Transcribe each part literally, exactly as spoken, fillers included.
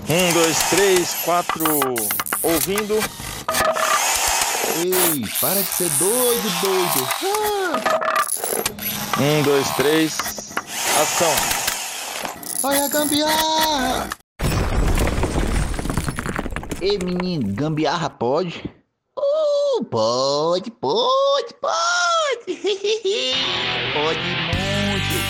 Um, dois, três, quatro. Ouvindo. Ei, para de ser doido, doido. Ah. Um, dois, três. Ação. Olha a gambiarra. Ei, menino, gambiarra pode? Uh, pode, pode, pode. Pode muito.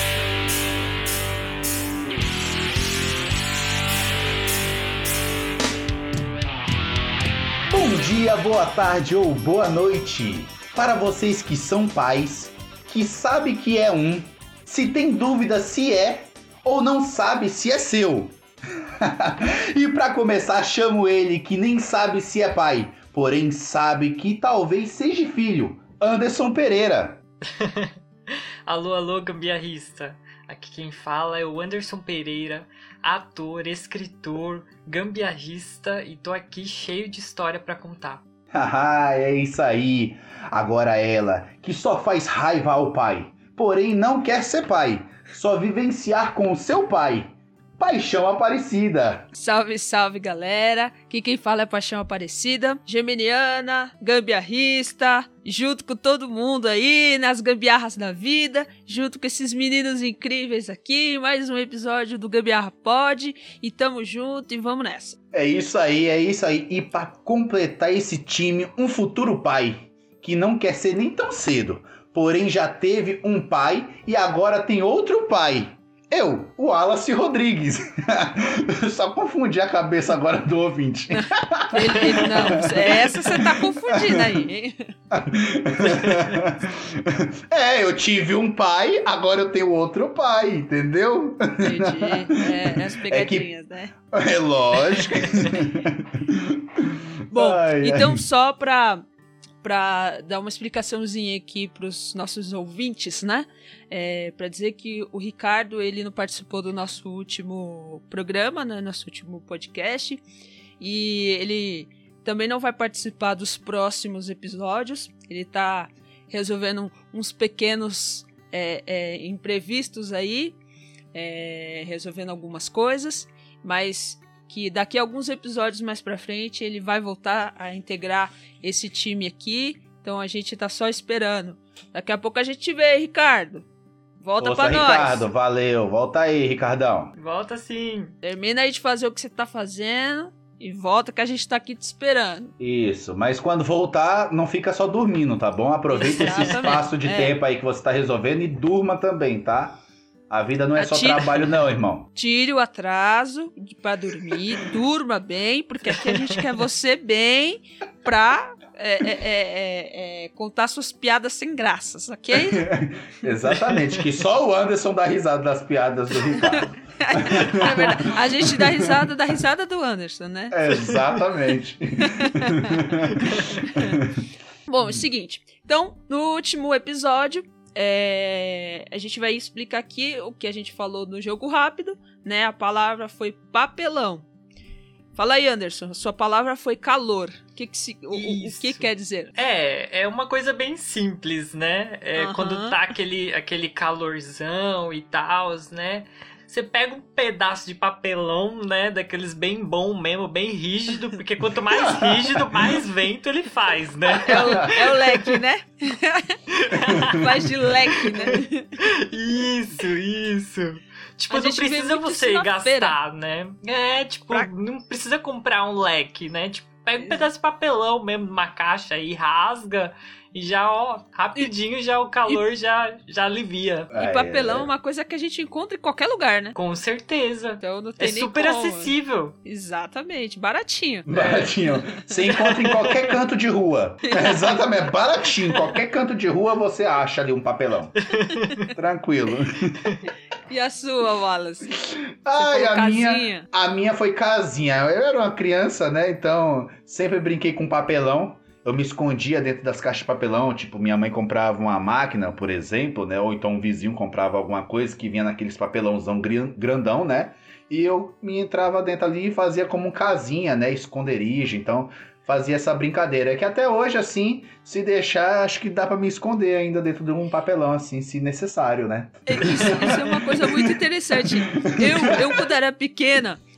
Bom dia, boa tarde ou boa noite para vocês que são pais, que sabem que é um, se tem dúvida se é ou não sabe se é seu. E para começar, chamo ele que nem sabe se é pai, porém sabe que talvez seja filho, Anderson Pereira. Alô, alô, gambiarrista. Aqui quem fala é o Anderson Pereira, ator, escritor, gambiarrista, e tô aqui cheio de história pra contar. Haha, é isso aí. Agora ela, que só faz raiva ao pai, porém não quer ser pai, só vivenciar com o seu pai. Paixão Aparecida. Salve, salve, galera. Aqui quem fala é Paixão Aparecida, geminiana, gambiarrista, junto com todo mundo aí nas gambiarras da vida, junto com esses meninos incríveis aqui, mais um episódio do Gambiarra Pod, e tamo junto e vamos nessa. É isso aí, é isso aí. E pra completar esse time, um futuro pai, que não quer ser nem tão cedo, porém já teve um pai e agora tem outro pai. Eu, o Wallace Rodrigues. Só confundi a cabeça agora do ouvinte. Ele, ele, não, essa você tá confundindo aí, hein? É, eu tive um pai, agora eu tenho outro pai, entendeu? Entendi. É, as pegadinhas, é que... né? É lógico. Bom, ai, então ai. só pra... para dar uma explicaçãozinha aqui para os nossos ouvintes, né? É, para dizer que o Ricardo, ele não participou do nosso último programa, né? Nosso último podcast, e ele também não vai participar dos próximos episódios. Ele tá resolvendo uns pequenos é, é, imprevistos aí, é, resolvendo algumas coisas, mas que daqui a alguns episódios mais pra frente ele vai voltar a integrar esse time aqui, então a gente tá só esperando. Daqui a pouco a gente vê, Ricardo. Volta Força, pra nós. Ricardo, valeu. Volta aí, Ricardão. Volta sim. Termina aí de fazer o que você tá fazendo e volta que a gente tá aqui te esperando. Isso, mas quando voltar, não fica só dormindo, tá bom? Aproveita esse espaço de é. tempo aí que você tá resolvendo e durma também, tá? A vida não é só Tira... trabalho não, irmão. Tire o atraso pra dormir, durma bem, porque aqui a gente quer você bem pra é, é, é, é, contar suas piadas sem graças, ok? Exatamente, que só o Anderson dá risada das piadas do Ricardo. É verdade. A gente dá risada da risada do Anderson, né? É, exatamente. Bom, é o seguinte. Então, no último episódio, É, a gente vai explicar aqui o que a gente falou no jogo rápido, né? A palavra foi papelão. Fala aí, Anderson, sua palavra foi calor. O que, que, se, o, o que quer dizer? É, é uma coisa bem simples, né? É, uhum. Quando tá aquele, aquele calorzão e tal, né? Você pega um pedaço de papelão, né? Daqueles bem bom mesmo, bem rígido, porque quanto mais rígido, mais vento ele faz, né? É o, é o leque, né? Faz de leque, né? Isso, isso. Tipo, A não gente vê precisa muito você isso na gastar, feira. né? É, tipo, Pra- não precisa comprar um leque, né? Tipo, pega um pedaço de papelão mesmo numa caixa e rasga. E já, ó, rapidinho já o calor já, já alivia. E papelão é uma coisa que a gente encontra em qualquer lugar, né? Com certeza. Então não tem É nem super como. acessível. Exatamente, baratinho. Baratinho. Você encontra em qualquer canto de rua. É, exatamente, baratinho. Qualquer canto de rua você acha ali um papelão. Tranquilo. E a sua, Wallace? Ai, a casinha. minha, a minha foi casinha. Eu era uma criança, né? Então sempre brinquei com papelão. Eu me escondia dentro das caixas de papelão, tipo, minha mãe comprava uma máquina, por exemplo, né? Ou então um vizinho comprava alguma coisa que vinha naqueles papelãozão grandão, né? E eu me entrava dentro ali e fazia como um casinha, né? Esconderijo, então fazia essa brincadeira. É que até hoje, assim, se deixar, acho que dá pra me esconder ainda dentro de um papelão, assim, se necessário, né? Isso, isso é uma coisa muito interessante. Eu, eu, quando era pequena,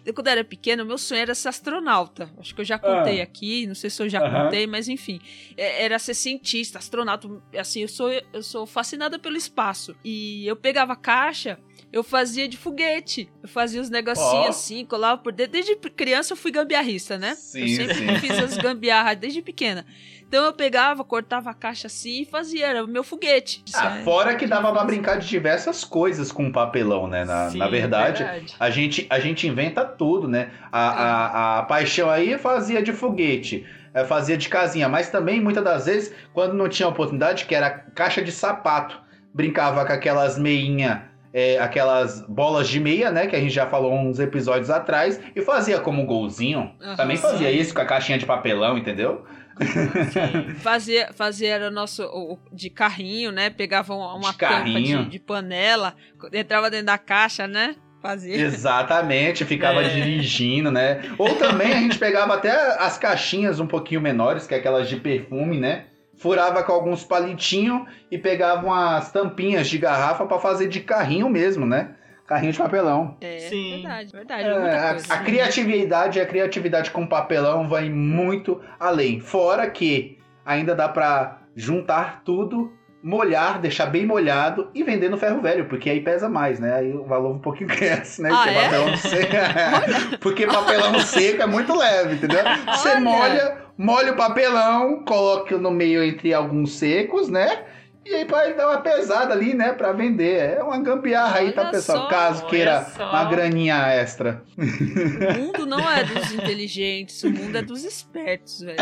eu, quando eu era pequena, o meu sonho era ser astronauta. Acho que eu já contei ah. aqui, não sei se eu já uh-huh. contei, mas enfim. Era ser cientista, astronauta. Assim, eu sou, eu sou fascinada pelo espaço. E eu pegava caixa, eu fazia de foguete. Eu fazia os negocinhos oh. assim, colava por dentro. Desde criança eu fui gambiarrista, né? Sim, eu sempre sim. fiz as gambiarras desde pequena. Então eu pegava, cortava a caixa assim e fazia, era o meu foguete. Ah, fora que dava pra brincar de diversas coisas com papelão, né? Na, Sim, na verdade, verdade. A, gente, a gente inventa tudo, né? A, é. a, a paixão aí fazia de foguete, fazia de casinha, mas também, muitas das vezes, quando não tinha oportunidade, que era caixa de sapato, brincava com aquelas meinhas, é, aquelas bolas de meia, né? Que a gente já falou uns episódios atrás, e fazia como golzinho. Uhum, também fazia sim. isso com a caixinha de papelão, entendeu? fazia, fazia era o nosso o, de carrinho, né? Pegava uma de tampa de, de panela, entrava dentro da caixa, né? Fazia. Exatamente, ficava é. dirigindo, né? Ou também a gente pegava até as caixinhas um pouquinho menores, que é aquelas de perfume, né? Furava com alguns palitinhos e pegava umas tampinhas de garrafa pra fazer de carrinho mesmo, né? Carrinho de papelão. É, Sim. verdade, verdade. É, muita a, coisa. a criatividade, a criatividade com papelão vai muito além. Fora que ainda dá pra juntar tudo, molhar, deixar bem molhado e vender no ferro velho, porque aí pesa mais, né? Aí o valor um pouquinho cresce, né? Ah, porque é? papelão seco. Porque papelão seco é muito leve, entendeu? Você Olha. molha, molha o papelão, coloca no meio entre alguns secos, né? E aí vai dar uma pesada ali, né, pra vender. É uma gambiarra aí, tá, pessoal? Só, Caso queira uma graninha extra. O mundo não é dos inteligentes, o mundo é dos espertos, velho.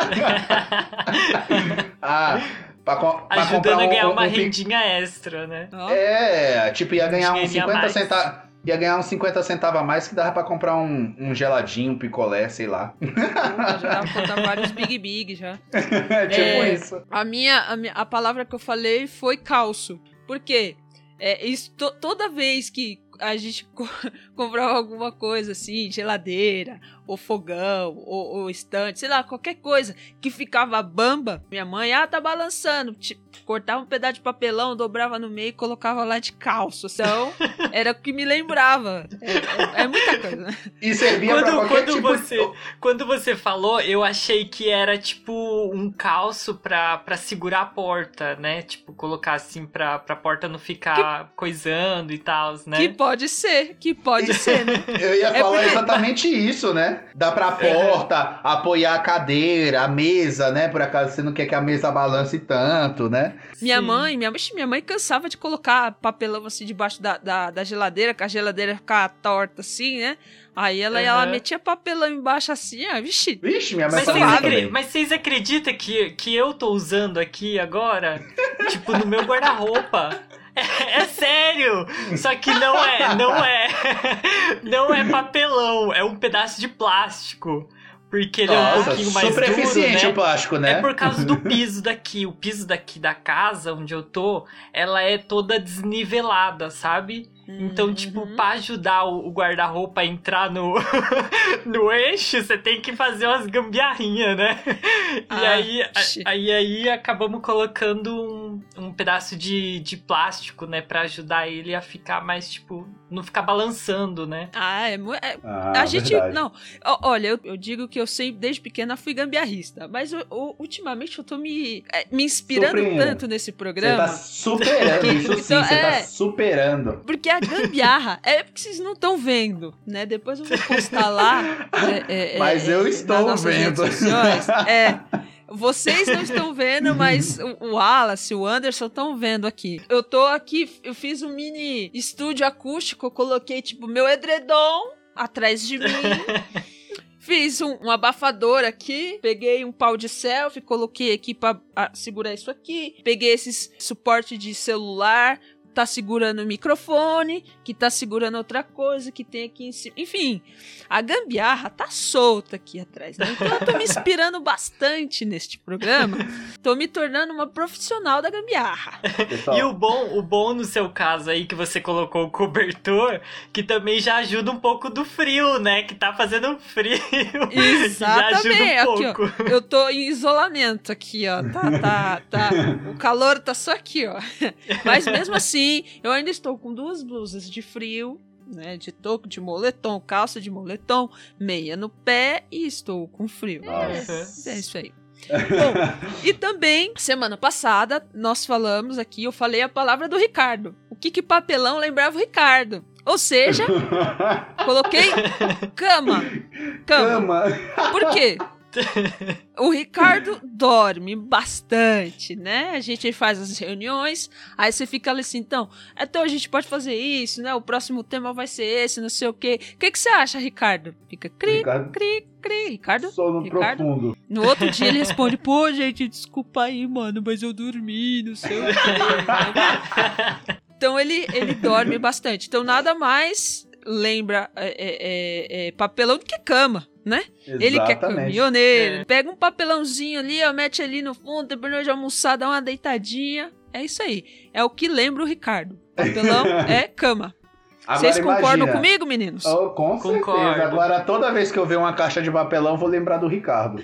ah, pra, pra Ajudando comprar um, a ganhar um, uma um, rendinha extra, né? É, tipo, ia ganhar uns cinquenta centavos. Ia ganhar uns cinquenta centavos a mais que dava pra comprar um, um geladinho, um picolé, sei lá. Já dava pra comprar vários Big Big já. tipo é, isso. A minha, a minha a palavra que eu falei foi calço. Por quê? É, isso, to, toda vez que a gente co- comprava alguma coisa assim, geladeira, ou fogão, ou, ou estante, sei lá, qualquer coisa que ficava bamba, minha mãe, ah, tá balançando, tipo, cortava um pedaço de papelão, dobrava no meio e colocava lá de calço. Então, era o que me lembrava. É, é, é muita coisa, né? E servia quando, pra qualquer quando tipo você, de... Quando você falou, eu achei que era tipo um calço pra, pra segurar a porta, né? Tipo, colocar assim pra, pra porta não ficar que... coisando e tal, né? Que pode ser, que pode ser, né? Eu ia é falar porque... exatamente isso, né? Dá pra porta, é. apoiar a cadeira, a mesa, né? Por acaso você não quer que a mesa balance tanto, né? Minha Sim. mãe, minha, minha mãe cansava de colocar papelão assim debaixo da, da, da geladeira, que a geladeira ficava torta assim, né? Aí ela, uhum. ela metia papelão embaixo assim, ó, vixi. Vixe, minha mãe mas, vocês acre- mas vocês acreditam que, que eu tô usando aqui agora? Tipo, no meu guarda-roupa. É, é sério! Só que não é, não é. Não é papelão, é um pedaço de plástico. Porque ele Nossa, é um pouquinho mais super duro, eficiente né? o plástico, né? É por causa do piso daqui. O piso daqui da casa onde eu tô, ela é toda desnivelada, sabe? Então, uhum. tipo, pra ajudar o, o guarda-roupa a entrar no, no eixo, você tem que fazer umas gambiarrinhas, né? Ah, e aí, a, aí, aí acabamos colocando um, um pedaço de, de plástico, né? Pra ajudar ele a ficar mais, tipo, não ficar balançando, né? Ah, é muito... É, ah, a gente... verdade. Não, olha, eu, eu digo que eu sempre, desde pequena, fui gambiarrista. Mas eu, eu, ultimamente eu tô me, me inspirando tanto nesse programa. Você tá superando, isso sim, então, você é, tá superando. Porque a gambiarra é porque vocês não estão vendo, né? Depois eu vou postar lá. É, é, mas é, eu estou vendo. É, vocês não estão vendo, mas o Wallace, o Anderson estão vendo aqui. Eu tô aqui, eu fiz um mini estúdio acústico, eu coloquei tipo meu edredom atrás de mim. Fiz um, um abafador aqui, peguei um pau de selfie, coloquei aqui pra a, segurar isso aqui, peguei esses suporte de celular, tá segurando o microfone, que tá segurando outra coisa, que tem aqui em cima. Enfim, a gambiarra tá solta aqui atrás, né? Então eu tô me inspirando bastante neste programa. Tô me tornando uma profissional da gambiarra. Pessoal. E o bom, o bom no seu caso aí, que você colocou o cobertor, que também já ajuda um pouco do frio, né? Que tá fazendo frio. Exatamente. Já ajuda um aqui, pouco. Ó, eu tô em isolamento aqui, ó. Tá, tá, tá. O calor tá só aqui, ó. Mas mesmo assim, eu ainda estou com duas blusas de frio, né? De toco, de moletom, calça de moletom, meia no pé e estou com frio. Nossa. É, é isso aí. Bom, e também, semana passada, nós falamos aqui, eu falei a palavra do Ricardo. O que que papelão lembrava o Ricardo? Ou seja, coloquei cama. Cama. Cama. Por quê? O Ricardo dorme bastante, né? A gente faz as reuniões, aí você fica ali assim, então, então a gente pode fazer isso, né? O próximo tema vai ser esse, não sei o quê. O que que você acha, Ricardo? Fica cri, Ricardo. cri, cri. Ricardo? Sono Ricardo? profundo. No outro dia ele responde, pô, gente, desculpa aí, mano, mas eu dormi, não sei o quê. Então ele, ele dorme bastante. Então nada mais lembra é, é, é, papelão do que cama, né? Exatamente. Ele que é caminhoneiro, É. pega um papelãozinho ali, ó, mete ali no fundo, depois de almoçar, dá uma deitadinha. É isso aí. É o que lembra o Ricardo. Papelão é cama. Agora, Vocês concordam imagina. comigo, meninos? Oh, com Concordo. certeza. Agora, toda vez que eu ver uma caixa de papelão, vou lembrar do Ricardo.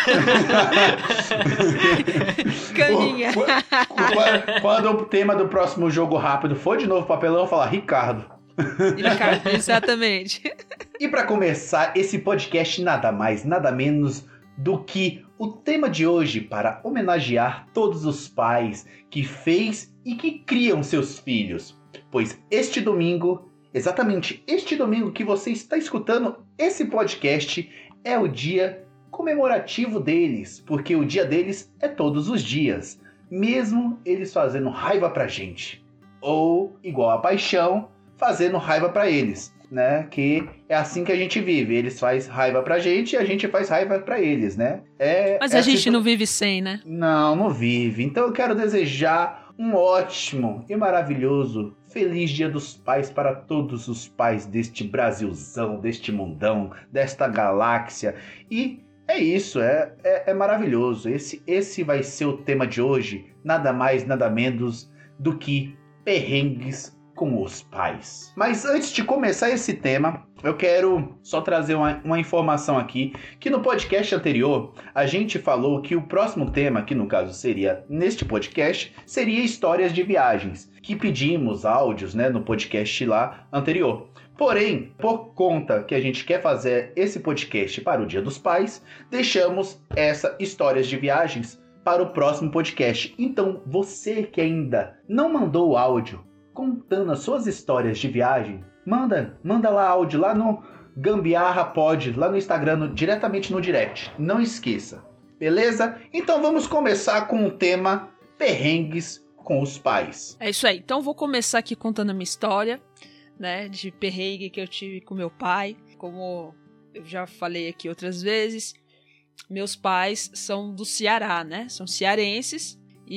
Caninha. Quando- Quando o tema do próximo jogo rápido for de novo papelão, eu vou falar Ricardo. Ricardo, exatamente. E para começar esse podcast, nada mais, nada menos do que o tema de hoje para homenagear todos os pais que fez e que criam seus filhos. Pois este domingo, exatamente este domingo que você está escutando esse podcast, é o dia comemorativo deles, porque o dia deles é todos os dias, mesmo eles fazendo raiva pra gente. Ou, igual a paixão, fazendo raiva pra eles, né? Que é assim que a gente vive. Eles fazem raiva pra gente e a gente faz raiva pra eles, né? É, Mas é a assim gente que- não vive sem, né? Não, não vive. Então eu quero desejar um ótimo e maravilhoso feliz Dia dos Pais para todos os pais deste Brasilzão, deste mundão, desta galáxia. E é isso, é, é, é maravilhoso. Esse, esse vai ser o tema de hoje, nada mais, nada menos do que perrengues com os pais. Mas antes de começar esse tema, eu quero só trazer uma, uma informação aqui, que no podcast anterior, a gente falou que o próximo tema, que no caso seria neste podcast, seria histórias de viagens, que pedimos áudios, né, no podcast lá anterior. Porém, por conta que a gente quer fazer esse podcast para o Dia dos Pais, deixamos essa histórias de viagens para o próximo podcast. Então, você que ainda não mandou o áudio contando as suas histórias de viagem, manda, manda lá áudio lá no Gambiarra Pod, lá no Instagram, no, diretamente no direct. Não esqueça, beleza? Então vamos começar com o tema perrengues com os pais. É isso aí. Então vou começar aqui contando a minha história, né, de perrengue que eu tive com meu pai. Como eu já falei aqui outras vezes, meus pais são do Ceará, né? São cearenses.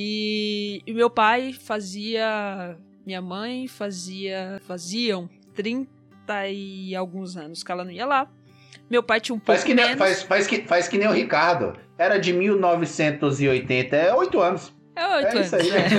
E, e meu pai fazia... Minha mãe fazia... Faziam trinta e alguns anos que ela não ia lá. Meu pai tinha um pouco Faz que, nem, menos. faz, faz, que, faz que nem o Ricardo. Era de mil novecentos e oitenta, é oito anos. É oito É anos. isso aí, né?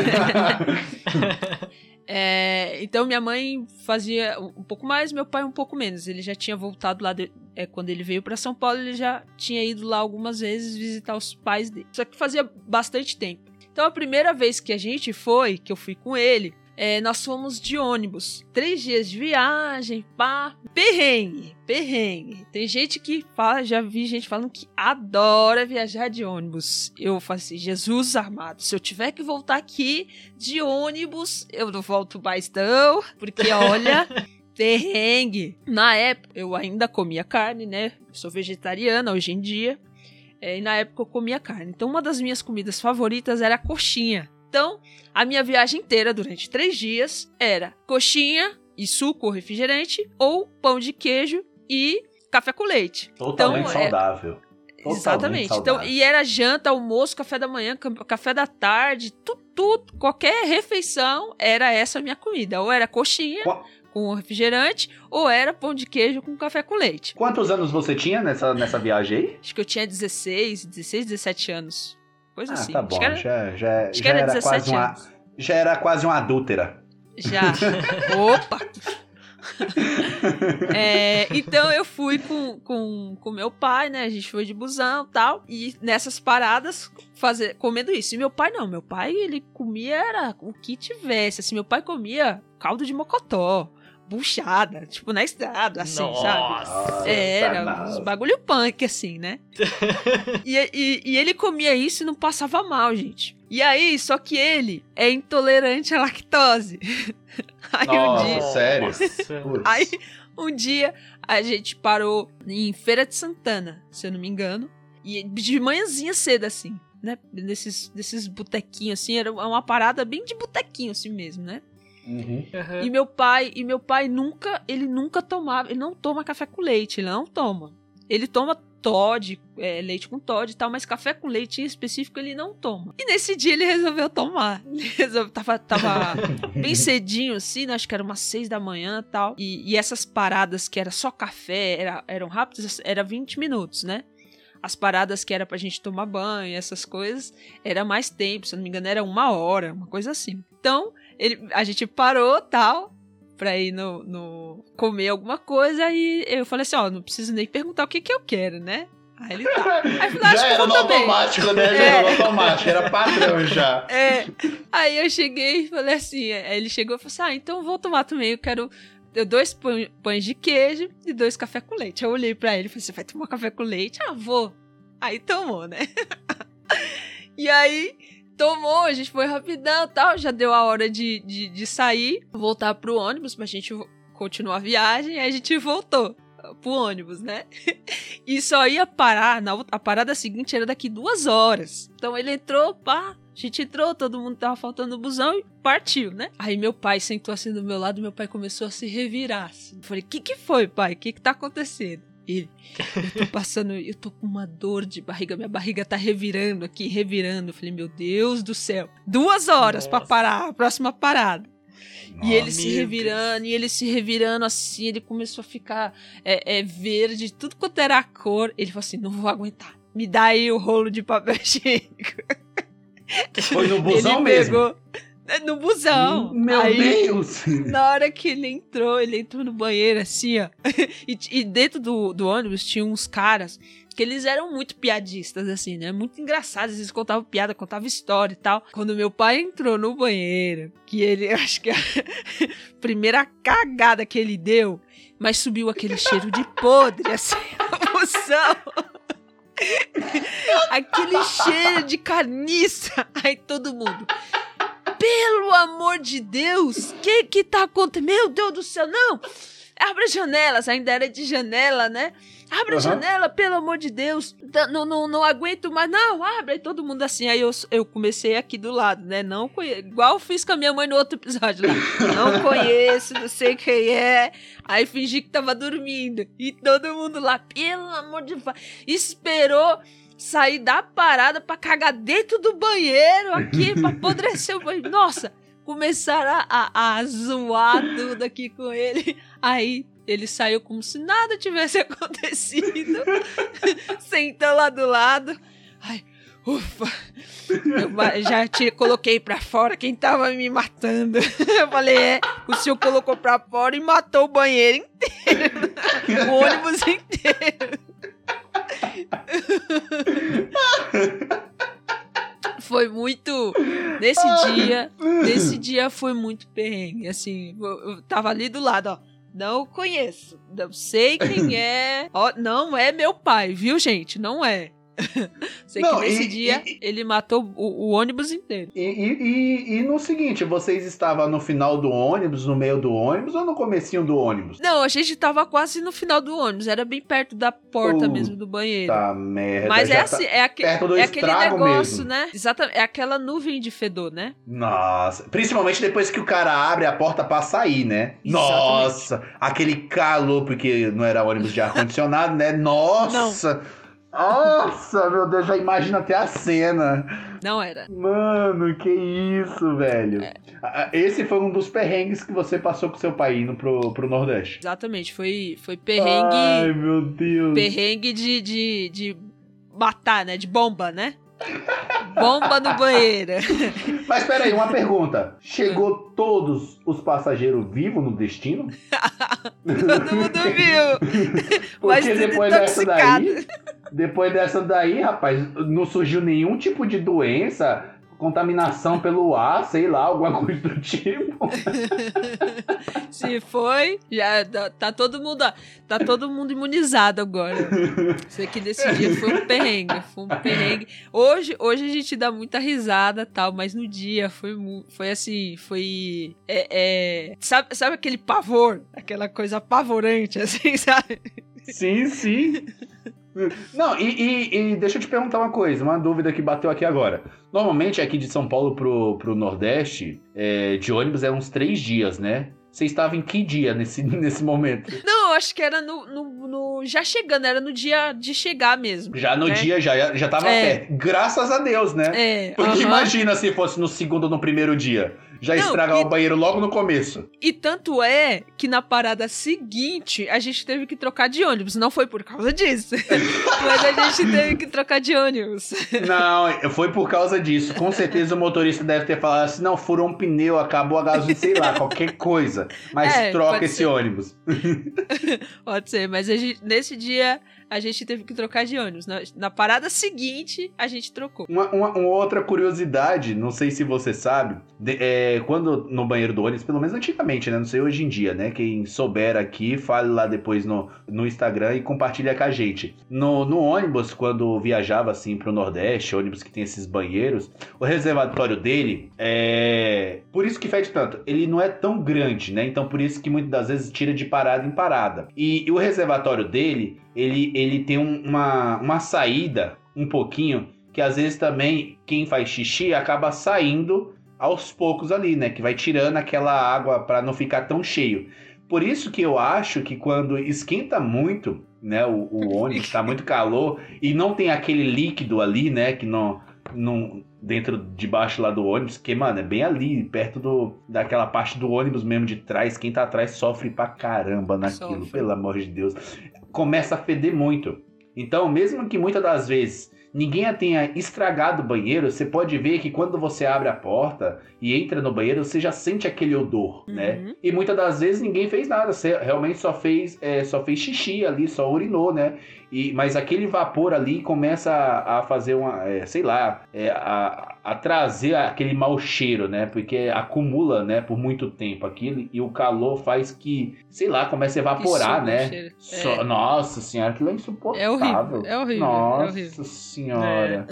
É, então minha mãe fazia um pouco mais, meu pai um pouco menos. Ele já tinha voltado lá, de, é, quando ele veio pra São Paulo, ele já tinha ido lá algumas vezes visitar os pais dele. Só que fazia bastante tempo. Então a primeira vez que a gente foi, que eu fui com ele, é, nós fomos de ônibus. Três dias de viagem, pá. Perrengue, perrengue. Tem gente que fala, já vi gente falando que adora viajar de ônibus. Eu falo assim, Jesus amado, se eu tiver que voltar aqui de ônibus, eu não volto mais não, porque olha, perrengue. Na época, eu ainda comia carne, né? Eu sou vegetariana hoje em dia. É, e na época eu comia carne. Então uma das minhas comidas favoritas era a coxinha. Então, a minha viagem inteira, durante três dias, era coxinha e suco ou refrigerante, ou pão de queijo e café com leite. Totalmente Então, é- saudável. Totalmente Exatamente. saudável. Então, e era janta, almoço, café da manhã, ca- café da tarde, tudo, tudo, qualquer refeição era essa a minha comida. Ou era coxinha Qua- com refrigerante, ou era pão de queijo com café com leite. Quantos anos você tinha nessa, nessa viagem aí? Acho que eu tinha dezesseis, dezesseis, dezessete anos. Coisa Ah, assim. tá bom. Acho que era- Já, já, acho que já era era dezessete quase uma, anos. já era quase uma adúltera. Já. Opa! É, então eu fui com, com, com meu pai, né? A gente foi de busão e tal. E nessas paradas, fazer, comendo isso. E meu pai não. Meu pai, ele comia era o que tivesse. Assim, meu pai comia caldo de mocotó, buchada, tipo, na estrada, assim, Nossa. sabe? Era uns bagulho punk, assim, né? e, e, e ele comia isso e não passava mal, gente. E aí, só que ele é intolerante à lactose. Aí Nossa, um dia... sério? Nossa. Aí, um dia, a gente parou em Feira de Santana, se eu não me engano. E de manhãzinha cedo, assim, né? Desses, desses botequinhos, assim. Era uma parada bem de botequinho, assim mesmo, né? Uhum. Uhum. E meu pai, e meu pai nunca, ele nunca tomava, ele não toma café com leite, ele não toma. Ele toma Toddy, é, leite com Toddy e tal, mas café com leite em específico ele não toma. E nesse dia ele resolveu tomar. Ele resolveu, tava, tava bem cedinho assim, né? Acho que era umas seis da manhã e tal. E, e essas paradas que era só café, era, eram rápidas, era vinte minutos, né? As paradas que era pra gente tomar banho, essas coisas, era mais tempo, se eu não me engano era uma hora, uma coisa assim. Então, ele, a gente parou, tal, pra ir no, no comer alguma coisa, e eu falei assim, ó, não preciso nem perguntar o que que eu quero, né? Aí ele tá. Aí eu falei, acho Já que era eu no vou também. automático, né? Já É. era no automático, era padrão já. É. Aí eu cheguei e falei assim, aí ele chegou e falou assim, ah, então eu vou tomar também, eu quero dois pão- pães de queijo e dois café com leite. Eu olhei pra ele e falei, você vai tomar café com leite? Ah, vou. Aí tomou, né? E aí, tomou, a gente foi rapidão e tal, já deu a hora de, de, de sair, voltar pro ônibus pra gente continuar a viagem, aí a gente voltou pro ônibus, né? E só ia parar, na, a parada seguinte era daqui duas horas. Então ele entrou, pá, a gente entrou, todo mundo tava faltando no busão e partiu, né? Aí meu pai sentou assim do meu lado, meu pai começou a se revirar, assim. Eu falei, o que que foi, pai? O que que tá acontecendo? Ele, eu tô passando, eu tô com uma dor de barriga, minha barriga tá revirando aqui, revirando. Eu falei, meu Deus do céu, duas horas Nossa. pra parar, a próxima parada. Nossa. E ele se Meu revirando, e ele se revirando assim, ele começou a ficar é, é, verde, tudo quanto era a cor. Ele falou assim, não vou aguentar, me dá aí o rolo de papel higiênico. Foi no busão ele mesmo? pegou no busão. Meu Aí, Deus! na hora que ele entrou, ele entrou no banheiro assim, ó. E, e dentro do, do ônibus tinha uns caras que eles eram muito piadistas, assim, né? Muito engraçados. Eles contavam piada, contavam história e tal. Quando meu pai entrou no banheiro, que ele, eu acho que a primeira cagada que ele deu, mas subiu aquele cheiro de podre, assim, no busão. Aquele cheiro de carniça. Aí todo mundo... Pelo amor de Deus, o que que tá acontecendo? Meu Deus do céu, não! Abre as janelas, ainda era de janela, né? Abre a Uhum. janela, pelo amor de Deus. Não, não, não aguento mais, não, abre. Aí todo mundo assim, aí eu, eu comecei aqui do lado, né? Não conheço, igual eu fiz com a minha mãe no outro episódio lá. Não conheço, não sei quem é. Aí fingi que tava dormindo. E todo mundo lá, pelo amor de Deus, esperou sair da parada pra cagar dentro do banheiro aqui, pra apodrecer o banheiro. Nossa, começaram a, a, a zoar tudo aqui com ele. Aí ele saiu como se nada tivesse acontecido. Sentou lá do lado. Ai, ufa. Eu já te coloquei pra fora quem tava me matando. Eu falei, é, o senhor colocou pra fora e matou o banheiro inteiro. O ônibus inteiro. Foi muito. Nesse dia, nesse dia foi muito perrengue. Assim, eu, eu tava ali do lado, ó. Não conheço, não sei quem é. Ó, não é meu pai, viu, gente? Não é. Sei Não, que nesse e- dia e- ele matou o, o ônibus inteiro. E, e, e, e no seguinte, vocês estavam no final do ônibus, no meio do ônibus ou no comecinho do ônibus? Não, a gente tava quase no final do ônibus, era bem perto da porta Puta mesmo do banheiro. Tá merda. Mas já é tá- assim, é, aque- perto do é aquele estrago negócio, mesmo. né? Exatamente, é aquela nuvem de fedor, né? Nossa, principalmente depois que o cara abre a porta pra sair, né? Exatamente. Nossa, aquele calor, porque não era ônibus de ar-condicionado, né? Nossa! Nossa, meu Deus, já imagino até a cena. Não era. Mano, que isso, velho. Ah, Esse foi um dos perrengues que você passou com seu pai indo pro, pro Nordeste. Exatamente, foi, foi perrengue, Ai, meu Deus. perrengue de, de, de matar, né? De bomba, né? Bomba no banheiro. Mas peraí, uma pergunta. Chegou todos os passageiros vivos no destino? Todo mundo viu. Mas Porque tudo depois dessa intoxicado. daí, depois dessa daí, rapaz, não surgiu nenhum tipo de doença contaminação pelo ar, sei lá, alguma coisa do tipo. Se foi, já tá todo mundo, tá todo mundo imunizado agora. Isso aqui desse dia foi um perrengue, foi um perrengue. Hoje, hoje a gente dá muita risada, tal, mas no dia foi, foi assim, foi, é, é, sabe, sabe aquele pavor, aquela coisa apavorante, assim, sabe? Sim, sim. Não, e, e, e deixa eu te perguntar uma coisa, uma dúvida que bateu aqui agora. Normalmente aqui de São Paulo pro, pro Nordeste, é, de ônibus é uns três dias, né? Você estava em que dia nesse, nesse momento? Não, eu acho que era no, no, no já chegando, era no dia de chegar mesmo. Já no né? dia, já, já tava É. perto. Graças a Deus, né? É, Porque aham. imagina se fosse no segundo ou no primeiro dia. Já Não, estragar e- o banheiro logo no começo. E tanto é que na parada seguinte a gente teve que trocar de ônibus. Não foi por causa disso, mas a gente teve que trocar de ônibus. Não, foi por causa disso. Com certeza o motorista deve ter falado assim, não, furou um pneu, acabou a gasolina, sei lá, qualquer coisa. Mas É, troca pode esse ser. ônibus. Pode ser, mas a gente- nesse dia a gente teve que trocar de ônibus. Na, na parada seguinte a gente trocou. Uma, uma- uma outra curiosidade, não sei se você sabe, de- é, quando no banheiro do ônibus, pelo menos antigamente, né? Não sei hoje em dia, né? Quem souber aqui, fale lá depois no, no Instagram e compartilha com a gente. No, no ônibus, quando viajava assim pro Nordeste, ônibus que tem esses banheiros, o reservatório dele é. Por isso que fede tanto. Ele não é tão grande, né? Então por isso que muitas das vezes tira de parada em parada. E, e o reservatório dele, ele, ele tem um- uma, uma saída um pouquinho que às vezes também quem faz xixi acaba saindo aos poucos ali, né? Que vai tirando aquela água para não ficar tão cheio. Por isso que eu acho que quando esquenta muito, né? O, o ônibus tá muito calor e não tem aquele líquido ali, né? Que não, não dentro de baixo lá do ônibus, que mano é bem ali perto do daquela parte do ônibus mesmo de trás. Quem tá atrás sofre pra caramba naquilo, Sofre. pelo amor de Deus. Começa a feder muito. Então, mesmo que muitas das vezes ninguém tenha estragado o banheiro, você pode ver que quando você abre a porta e entra no banheiro, você já sente aquele odor, Uhum. né? E muitas das vezes ninguém fez nada, você realmente só fez, é, só fez xixi ali, só urinou, né? E, mas aquele vapor ali começa a, a fazer uma, é, sei lá, é, a, a trazer aquele mau cheiro, né? Porque acumula, né, por muito tempo aquilo e o calor faz que, sei lá, comece a evaporar, suga o né? cheiro. Só- É. Nossa senhora, aquilo é insuportável. É horrível, é horrível, Nossa é horrível. senhora.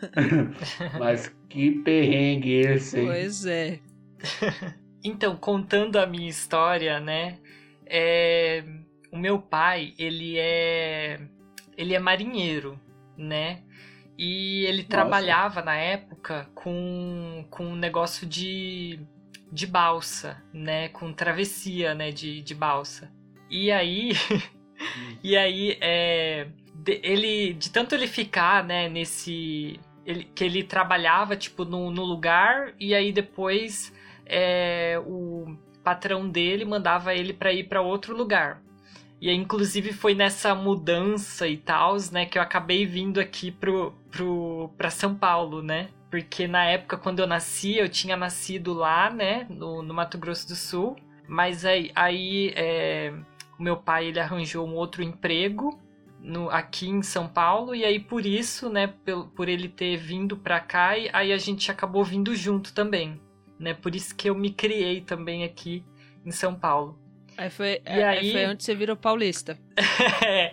Mas que perrengue esse, hein? Pois é. Então, contando a minha história, né? É... O meu pai, ele é... Ele é marinheiro, né? E ele Nossa. trabalhava na época com, com um negócio de, de balsa, né? Com travessia, né? De, de balsa. E aí... e aí, é... de- ele... De tanto ele ficar, né? Nesse... Ele, que ele trabalhava, tipo, no, no lugar. E aí, depois... É, o patrão dele mandava ele para ir para outro lugar. E aí, inclusive, foi nessa mudança e tal, né, que eu acabei vindo aqui pro, pro, pra São Paulo, né? Porque na época, quando eu nasci, eu tinha nascido lá, né, no, no Mato Grosso do Sul. Mas aí, aí é, o meu pai, ele arranjou um outro emprego no, aqui em São Paulo. E aí, por isso, né, por, por ele ter vindo pra cá, e aí a gente acabou vindo junto também. Né? Por isso que eu me criei também aqui em São Paulo. Aí foi, E aí... aí- foi onde você virou paulista. É,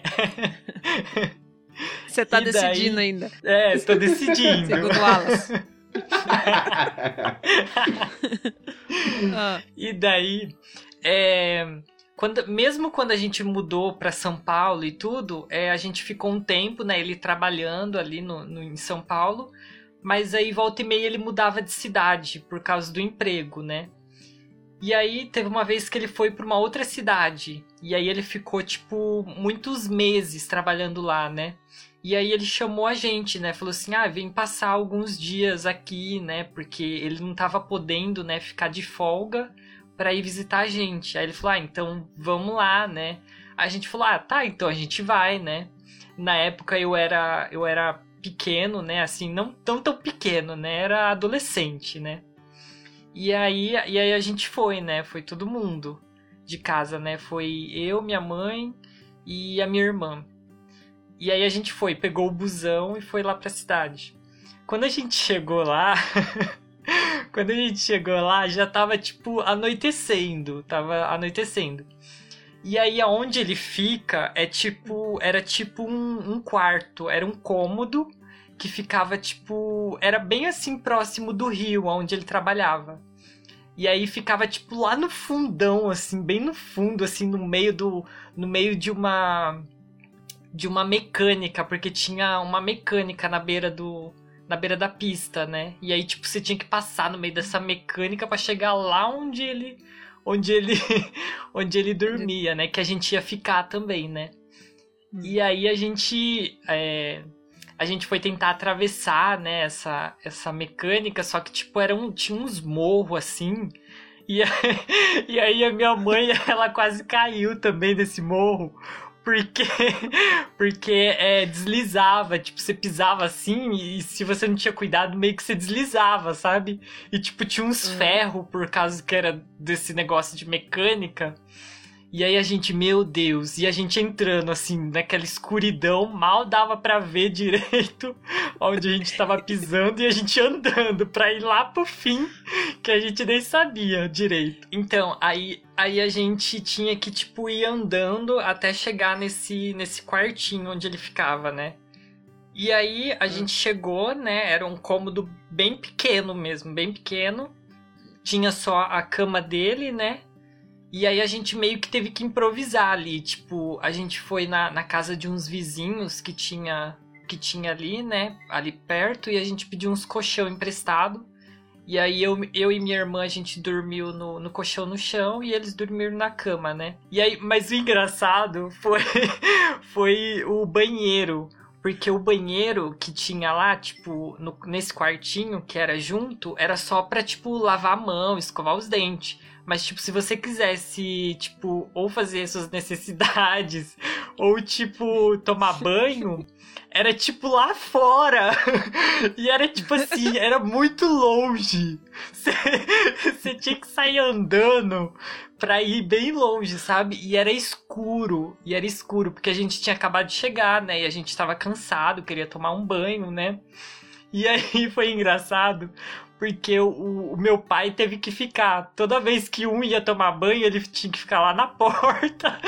Você tá E daí? decidindo ainda, é tô decidindo. segundo o Wallace. Ah, E daí, é, quando, mesmo quando a gente mudou para São Paulo e tudo, é, a gente ficou um tempo, né, ele trabalhando ali no, no- em São Paulo, mas aí volta e meia ele mudava de cidade por causa do emprego, né? E aí teve uma vez que ele foi para uma outra cidade, e aí ele ficou, tipo, muitos meses trabalhando lá, né? E aí ele chamou a gente, né? Falou assim, ah, vem passar alguns dias aqui, né? Porque ele não tava podendo, né, ficar de folga pra ir visitar a gente. Aí ele falou, ah, então vamos lá, né? Aí a gente falou, ah, tá, então a gente vai, né? Na época eu era, eu era pequeno, né? Assim, não tão tão pequeno, né? Era adolescente, né? E aí, e aí a gente foi, né? Foi todo mundo de casa, né? Foi eu, minha mãe e a minha irmã. E aí a gente foi, pegou o busão e foi lá pra cidade. quando a gente chegou lá, quando a gente chegou lá, já tava, tipo, anoitecendo, tava anoitecendo. E aí, aonde ele fica, é tipo, era tipo um, um quarto, era um cômodo que ficava, tipo, era bem assim próximo do rio, onde ele trabalhava. E aí ficava, tipo, lá no fundão, assim, bem no fundo, assim, no meio do, no meio de uma, de uma mecânica, porque tinha uma mecânica na beira do, na beira da pista, né? E aí, tipo, você tinha que passar no meio dessa mecânica pra chegar lá onde ele, onde ele, onde ele dormia, né? Que a gente ia ficar também, né? E aí a gente, é, a gente foi tentar atravessar, né, essa, essa mecânica, só que, tipo, era um, tinha uns morros, assim, e aí, e aí a minha mãe, ela quase caiu também desse morro, porque, porque é, deslizava, tipo, você pisava assim, e se você não tinha cuidado, meio que você deslizava, sabe? E, tipo, tinha uns uhum. ferros, por causa que era desse negócio de mecânica. E aí a gente, meu Deus, e a gente entrando assim, naquela escuridão, mal dava pra ver direito onde a gente tava pisando e a gente andando pra ir lá pro fim, que a gente nem sabia direito. Então, aí, aí a gente tinha que, tipo, ir andando até chegar nesse, nesse quartinho onde ele ficava, né? E aí a gente chegou, né, era um cômodo bem pequeno mesmo, bem pequeno. Tinha só a cama dele, né? E aí a gente meio que teve que improvisar ali, tipo, a gente foi na, na casa de uns vizinhos que tinha, que tinha ali, né, ali perto, e a gente pediu uns colchão emprestado, e aí eu, eu e minha irmã, a gente dormiu no, no colchão no chão, e eles dormiram na cama, né. E aí, mas o engraçado foi, foi o banheiro, porque o banheiro que tinha lá, tipo, no, nesse quartinho que era junto, era só pra, tipo, lavar a mão, escovar os dentes. Mas, tipo, se você quisesse, tipo, ou fazer suas necessidades, ou, tipo, tomar banho, era, tipo, lá fora. E era, tipo assim, era muito longe. Você tinha que sair andando pra ir bem longe, sabe? E era escuro. E era escuro, porque a gente tinha acabado de chegar, né? E a gente tava cansado, queria tomar um banho, né? E aí foi engraçado, porque o, o meu pai teve que ficar. Toda vez que um ia tomar banho, ele tinha que ficar lá na porta,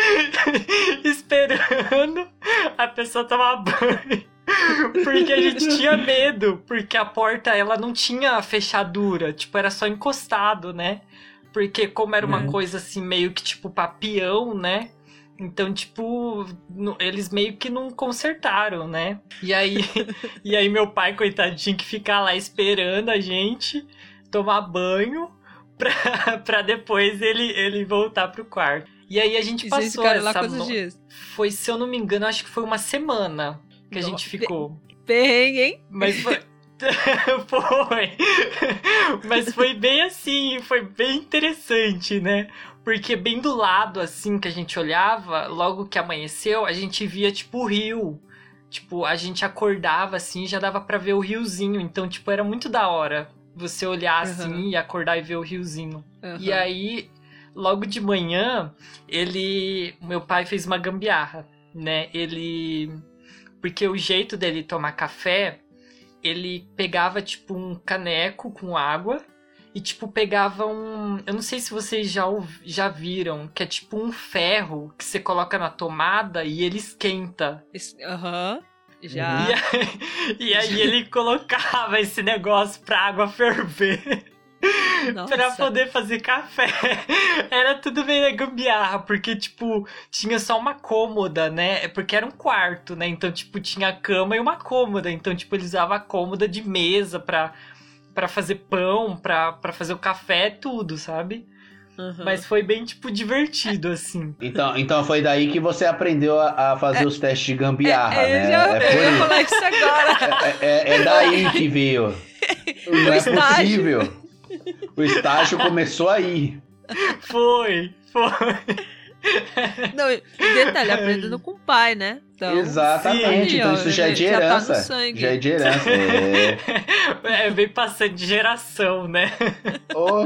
esperando a pessoa tomar banho. Porque a gente tinha medo, porque a porta, ela não tinha fechadura, tipo, era só encostado, né? Porque como era uma uhum. coisa assim, meio que tipo papião, né? Então, tipo, eles meio que não consertaram, né? E aí, e aí meu pai, coitado, tinha que ficar lá esperando a gente tomar banho pra, pra depois ele, ele voltar pro quarto. E aí a gente e passou essa... lá quantos no... dias? Foi, se eu não me engano, acho que foi uma semana que a não, gente ficou. Perrengue, hein? Mas foi... foi. Mas foi bem assim, foi bem interessante, né? Porque bem do lado, assim, que a gente olhava, logo que amanheceu, a gente via, tipo, o rio. Tipo, a gente acordava, assim, e já dava pra ver o riozinho. Então, tipo, era muito da hora você olhar, uhum. assim, e acordar e ver o riozinho. Uhum. E aí, logo de manhã, ele... Meu pai fez uma gambiarra, né? Ele... Porque o jeito dele tomar café, ele pegava, tipo, um caneco com água... E, tipo, pegava um... Eu não sei se vocês já, já viram, que é tipo um ferro que você coloca na tomada e ele esquenta. Aham, uhum, já. E aí, e aí ele colocava esse negócio pra água ferver. Nossa. Pra poder fazer café. Era tudo meio gambiarra, porque, tipo, tinha só uma cômoda, né? Porque era um quarto, né? Então, tipo, tinha a cama e uma cômoda. Então, tipo, ele usava a cômoda de mesa pra... pra fazer pão, pra, pra fazer o café, tudo, sabe? Uhum. Mas foi bem, tipo, divertido, assim. Então, então foi daí que você aprendeu a, a fazer é, os testes de gambiarra, é, né? Eu, já, é eu ia falar isso agora. É, é, é daí que veio. Não é possível. O estágio começou aí. Foi, foi. Não, detalhe, aprendendo com o pai, né? Então, exatamente, sim, então isso já é de herança. Já, tá já é de herança. É, é bem passando de geração, né? Oh.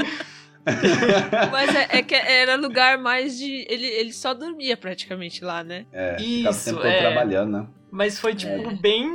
Mas é, é que era lugar mais de... Ele, ele só dormia praticamente lá, né? É, isso, ficava o tempo todo é... trabalhando, né? Mas foi, tipo, é. bem,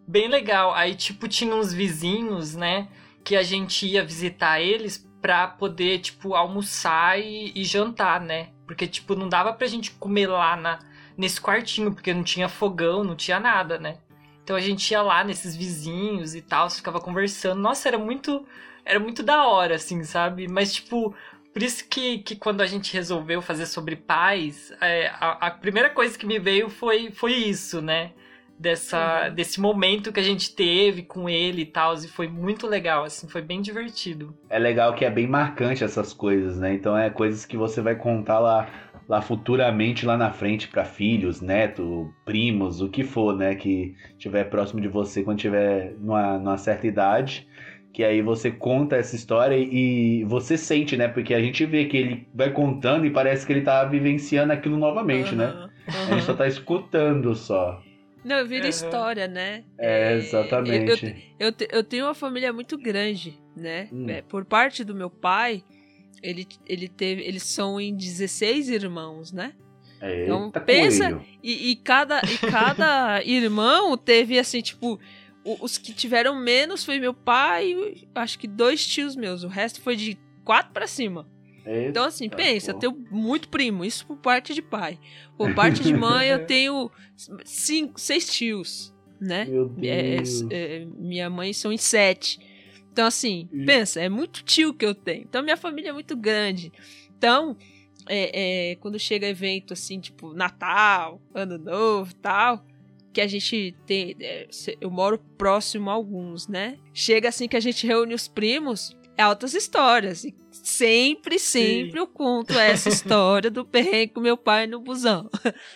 bem legal. Aí, tipo, tinha uns vizinhos, né, que a gente ia visitar eles pra poder, tipo, almoçar e, e jantar, né? Porque, tipo, não dava pra gente comer lá na, nesse quartinho, porque não tinha fogão, não tinha nada, né? Então a gente ia lá nesses vizinhos e tal, ficava conversando. Nossa, era muito, era muito da hora, assim, sabe? Mas, tipo, por isso que, que quando a gente resolveu fazer sobre pais, é, a, a primeira coisa que me veio foi, foi isso, né? Dessa, uhum. Desse momento que a gente teve com ele e tal, e foi muito legal, assim, foi bem divertido. É legal que é bem marcante essas coisas, né? Então é coisas que você vai contar lá, lá futuramente, lá na frente, para filhos, netos, primos, o que for, né? Que estiver próximo de você quando tiver numa, numa certa idade, que aí você conta essa história e você sente, né? Porque a gente vê que ele vai contando e parece que ele tá vivenciando aquilo novamente, uhum, né? Uhum. A gente só tá escutando só. Não, vira uhum. história, né? É, exatamente. Eu, eu, eu, eu tenho uma família muito grande, né? Hum. É, por parte do meu pai, ele, ele teve, eles são em dezesseis irmãos, né? Eita, então, pensa, e, e cada, e cada irmão teve, assim, tipo, os que tiveram menos foi meu pai e acho que dois tios meus. O resto foi de quatro pra cima. Eita, então, assim, pensa, pô. Eu tenho muito primo, isso por parte de pai. Por parte de mãe, eu tenho cinco, seis tios, né? Meu Deus. É, é, minha mãe são em sete. Então, assim, e... pensa, é muito tio que eu tenho. Então, minha família é muito grande. Então, é, é, quando chega evento, assim, tipo, Natal, Ano Novo e tal, que a gente tem... É, eu moro próximo a alguns, né? Chega, assim, que a gente reúne os primos, é altas histórias. E sempre, sempre Sim. eu conto essa história do perrengue com meu pai no busão.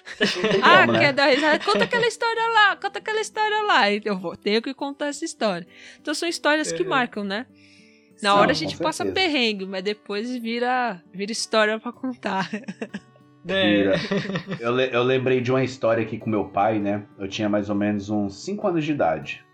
Ah, como, né? Quer dar risada? Conta aquela história lá, conta aquela história lá. Então, eu vou, tenho que contar essa história. Então, são histórias é. que marcam, né? Na Não, hora a gente passa perrengue, mas depois vira, vira história pra contar. Vira. Eu, le- eu lembrei de uma história aqui com meu pai, né? Eu tinha mais ou menos uns cinco anos de idade.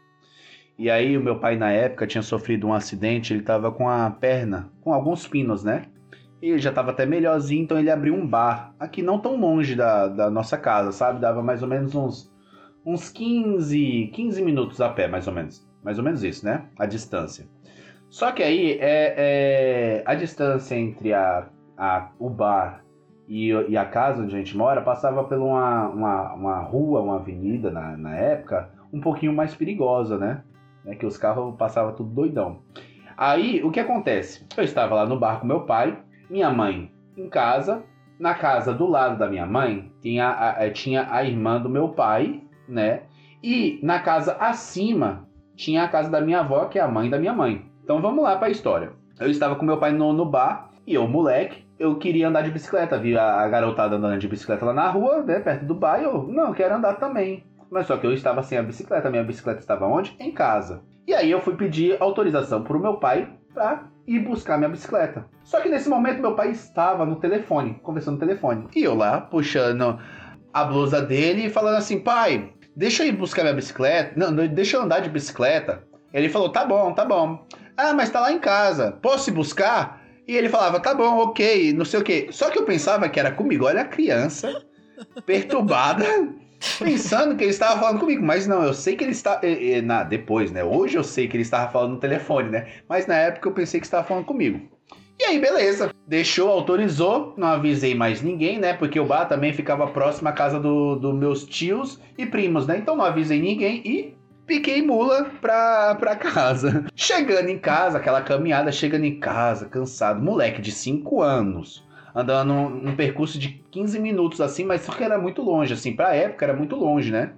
E aí o meu pai na época tinha sofrido um acidente, ele tava com a perna, com alguns pinos, né? E ele já tava até melhorzinho, então ele abriu um bar, aqui não tão longe da, da nossa casa, sabe? Dava mais ou menos uns, uns quinze, quinze minutos a pé, mais ou menos. Mais ou menos isso, né? A distância. Só que aí, é, é, a distância entre a, a, o bar e, e a casa onde a gente mora passava por uma, uma, uma rua, uma avenida na, na época, um pouquinho mais perigosa, né? É que os carros passavam tudo doidão. Aí, o que acontece? Eu estava lá no bar com meu pai, minha mãe em casa. Na casa do lado da minha mãe, tinha a, tinha a irmã do meu pai, né? E na casa acima, tinha a casa da minha avó, que é a mãe da minha mãe. Então, vamos lá para a história. Eu estava com meu pai no, no bar, e eu, moleque, eu queria andar de bicicleta. Vi a, a garotada andando de bicicleta lá na rua, né? Perto do bar, e eu, não, eu quero andar também. Mas só que eu estava sem a bicicleta. Minha bicicleta estava onde? Em casa. E aí eu fui pedir autorização pro meu pai para ir buscar minha bicicleta. Só que nesse momento meu pai estava no telefone, conversando no telefone. E eu lá, puxando a blusa dele e falando assim, pai, deixa eu ir buscar minha bicicleta. Não, deixa eu andar de bicicleta. Ele falou, tá bom, tá bom. Ah, mas tá lá em casa. Posso ir buscar? E ele falava, tá bom, ok, não sei o quê. Só que eu pensava que era comigo. Olha a criança perturbada, pensando que ele estava falando comigo, mas não, eu sei que ele está... E, e, na, depois, né? Hoje eu sei que ele estava falando no telefone, né? Mas na época eu pensei que estava falando comigo. E aí, beleza. Deixou, autorizou, não avisei mais ninguém, né? Porque o bar também ficava próximo à casa dos do meus tios e primos, né? Então não avisei ninguém e piquei mula pra, pra casa. Chegando em casa, aquela caminhada, chegando em casa, cansado. Moleque de cinco anos. Andando num, num percurso de quinze minutos, assim, mas só que era muito longe, assim, pra época era muito longe, né?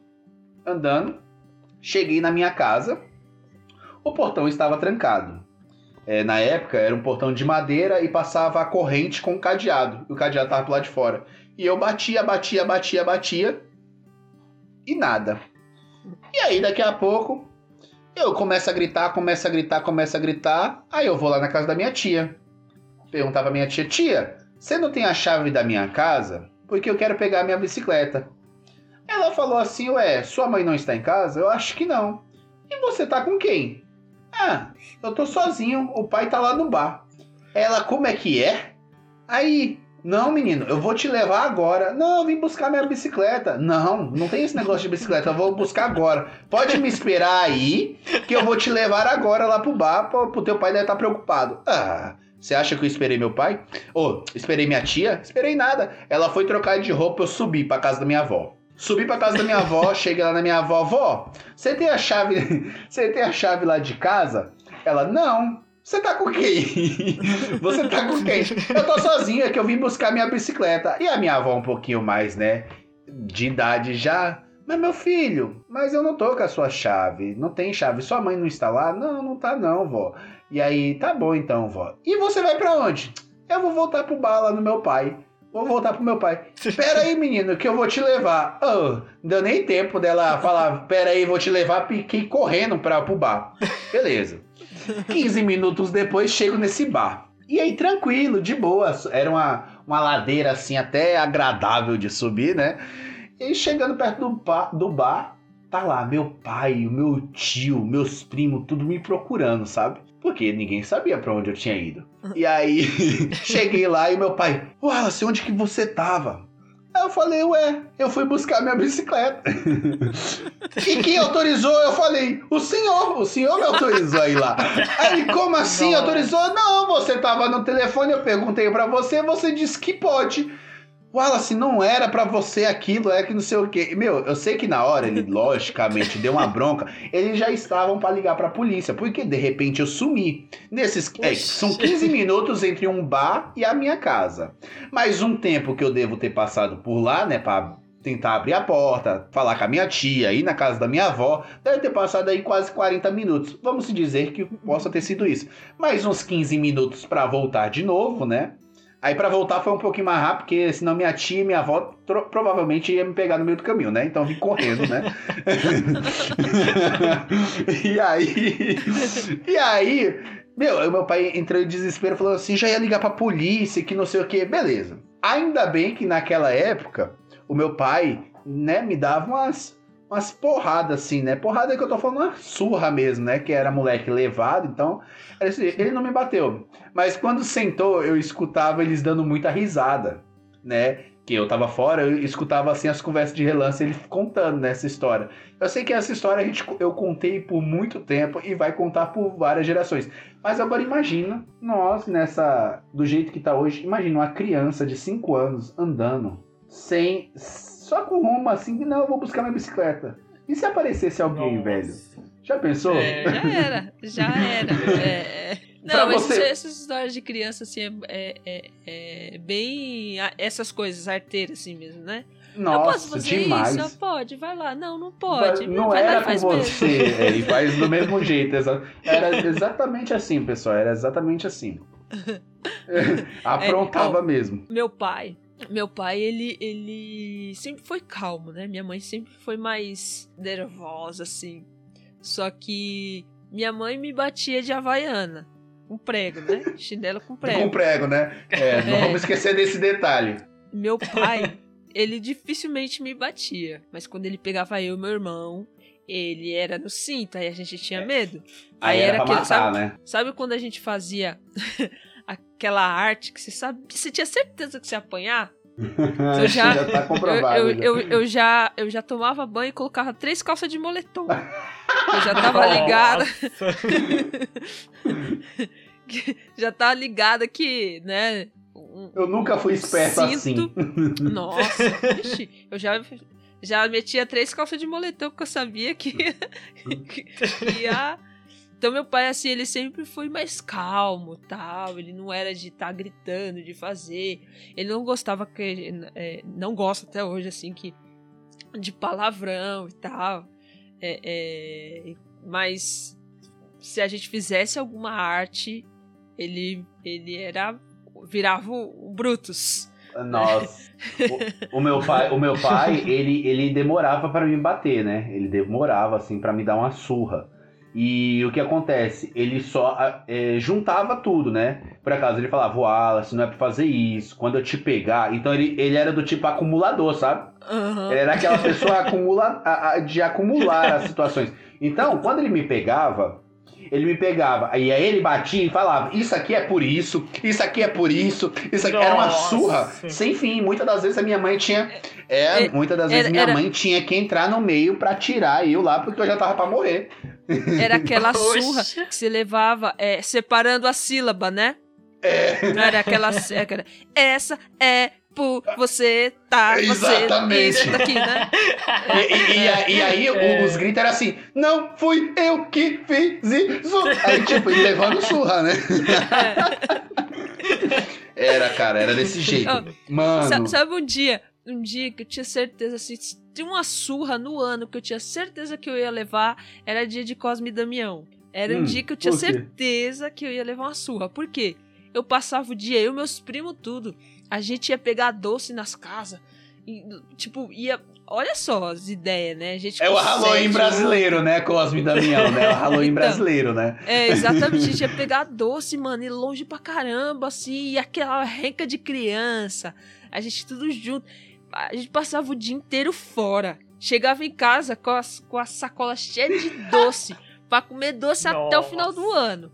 Andando, cheguei na minha casa, o portão estava trancado. É, na época era um portão de madeira e passava a corrente com o cadeado, e o cadeado estava pro lado de fora. E eu batia, batia, batia, batia, e nada. E aí, daqui a pouco, eu começo a gritar, começo a gritar, começo a gritar, aí eu vou lá na casa da minha tia. Perguntava pra minha tia, tia, você não tem a chave da minha casa? Porque eu quero pegar a minha bicicleta. Ela falou assim, ué, sua mãe não está em casa? Eu acho que não. E você tá com quem? Ah, eu tô sozinho, o pai tá lá no bar. Ela, como é que é? Aí, Não, menino, eu vou te levar agora. Não, eu vim buscar minha bicicleta. Não, não tem esse negócio de bicicleta, eu vou buscar agora. Pode me esperar aí, que eu vou te levar agora lá pro bar, pro, pro teu pai deve estar preocupado. Ah, você acha que eu esperei meu pai? Ô, oh, esperei minha tia? Esperei nada. Ela foi trocar de roupa, eu subi pra casa da minha avó. Subi pra casa da minha avó, cheguei lá na minha avó. Vó, você tem a chave, você tem a chave lá de casa? Ela, não. Você tá com quem? Você tá com quem? Eu tô sozinha, que eu vim buscar minha bicicleta. E a minha avó um pouquinho mais, né, de idade já. Mas meu filho, mas eu não tô com a sua chave. Não tem chave. Sua mãe não está lá? Não, não tá não, vó. E aí, tá bom então, vó. E você vai pra onde? Eu vou voltar pro bar lá no meu pai. Vou voltar pro meu pai. Pera aí, menino, que eu vou te levar. Oh, não deu nem tempo dela falar, pera aí, vou te levar. Piquei correndo pra, pro bar. Beleza. quinze minutos depois, chego nesse bar. E aí, tranquilo, de boa. Era uma, uma ladeira, assim, até agradável de subir, né? E aí, chegando perto do bar, do bar, tá lá meu pai, o meu tio, meus primos, tudo me procurando, sabe? Porque ninguém sabia pra onde eu tinha ido. E aí, cheguei lá e meu pai, Wallace, onde que você tava? Aí eu falei, ué, eu fui buscar minha bicicleta. E quem autorizou? Eu falei, o senhor, o senhor me autorizou a ir lá. Aí ele, como assim não. autorizou? Não, você tava no telefone, eu perguntei pra você, você disse que pode. Wallace, não era pra você aquilo, é que não sei o quê. Meu, eu sei que na hora ele, logicamente, deu uma bronca. Eles já estavam pra ligar pra polícia, porque de repente eu sumi. Nesses, é, são quinze minutos entre um bar e a minha casa. Mais um tempo que eu devo ter passado por lá, né, pra tentar abrir a porta, falar com a minha tia, ir na casa da minha avó. Deve ter passado aí quase quarenta minutos. Vamos dizer que possa ter sido isso. Mais uns quinze minutos pra voltar de novo, né? Aí pra voltar foi um pouquinho mais rápido, porque senão minha tia e minha avó tro- provavelmente ia me pegar no meio do caminho, né? Então eu vim correndo, né? E aí... E aí... Meu, meu pai entrou em desespero e falou assim, já ia ligar pra polícia, que não sei o quê. Beleza. Ainda bem que naquela época, o meu pai, né, me dava umas... umas porradas assim, né? Porrada que eu tô falando uma surra mesmo, né? Que era moleque levado, então... Ele não me bateu. Mas quando sentou, eu escutava eles dando muita risada, né? Que eu tava fora, eu escutava assim as conversas de relance, ele contando nessa história. Eu sei que essa história a gente, eu contei por muito tempo e vai contar por várias gerações. Mas agora imagina nós, nessa... do jeito que tá hoje, imagina uma criança de cinco anos andando sem... só com rumo assim, não, eu vou buscar minha bicicleta. E se aparecesse alguém, Nossa. velho? Já pensou? É, já era, já era. É, não, mas você... essas histórias de criança, assim, é, é, é bem... essas coisas arteiras, assim mesmo, né? Nossa, eu posso fazer demais. Isso? Eu pode, vai lá. Não, não pode. Não, não vai era lá, com você. É, e faz do mesmo jeito. Era exatamente assim, pessoal. Era exatamente assim. Aprontava é, ó, mesmo. Meu pai... Meu pai, ele, ele sempre foi calmo, né? Minha mãe sempre foi mais nervosa, assim. Só que minha mãe me batia de havaiana. Com prego, né? Chinelo com prego. Com prego, né? É, não é. Vamos esquecer desse detalhe. Meu pai, ele dificilmente me batia. Mas quando ele pegava eu e meu irmão, ele era no cinto. Aí a gente tinha medo. Aí, aí era, era pra aquele, matar, sabe, né? Sabe quando a gente fazia... aquela arte que você sabe, você tinha certeza que você ia apanhar? Eu já, já tá comprovado. Eu, eu, eu, eu, já, eu já tomava banho e colocava três calças de moletom. Eu já tava ligada. Já tava ligada que, né? Um, eu nunca fui esperto assim. Nossa, ixi, eu já, já metia três calças de moletom porque eu sabia que, que ia... Então meu pai, assim, ele sempre foi mais calmo, tal, ele não era de estar tá gritando, de fazer, ele não gostava, que é, não gosta até hoje, assim, que de palavrão e tal, é, é, mas se a gente fizesse alguma arte, ele, ele era, virava o Brutus. Nossa, o, o meu pai, o meu pai ele, ele demorava para me bater, né, ele demorava, assim, para me dar uma surra. E o que acontece? Ele só é, juntava tudo, né? Por acaso ele falava, Wallace, não é pra fazer isso, quando eu te pegar... Então ele, ele era do tipo acumulador, sabe? Uhum. Ele era aquela pessoa acumula, a, a, de acumular as situações. Então, quando ele me pegava, ele me pegava. Aí ele batia e falava, isso aqui é por isso, isso aqui é por isso, isso aqui era uma surra sem fim. Muitas das vezes a minha mãe tinha... É, é muitas das vezes era, minha era... mãe tinha que entrar no meio pra tirar eu lá, porque eu já tava pra morrer. Era aquela surra que você levava é, separando a sílaba, né? É. Não era aquela... Era, essa é... Por você tá, exatamente. Você, isso daqui, né? E, e, e, e aí é. os gritos eram assim, não fui eu que fiz isso. Aí tipo, ele levando surra, né? É. Era, cara, era desse jeito. Mano. Sabe, sabe um dia, um dia que eu tinha certeza, assim, tinha uma surra no ano que eu tinha certeza que eu ia levar, era dia de Cosme e Damião. Era um hum, dia que eu tinha certeza que eu ia levar uma surra. Por quê? Eu passava o dia, eu e meus primos tudo. A gente ia pegar doce nas casas. E, tipo, ia... Olha só as ideias, né? A gente é o Halloween brasileiro, né? Cosme e Damião, né? O Halloween então, brasileiro, né? É, exatamente. A gente ia pegar doce, mano, e longe pra caramba, assim. E aquela renca de criança. A gente tudo junto. A gente passava o dia inteiro fora. Chegava em casa com, as, com a sacola cheia de doce. Pra comer doce Nossa. Até o final do ano.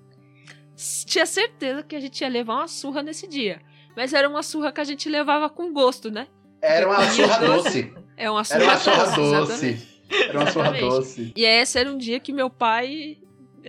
Tinha certeza que a gente ia levar uma surra nesse dia. Mas era uma surra que a gente levava com gosto, né? Era uma surra doce. É uma surra, era uma surra doce. doce. Era uma surra doce. E esse era um dia que meu pai... É,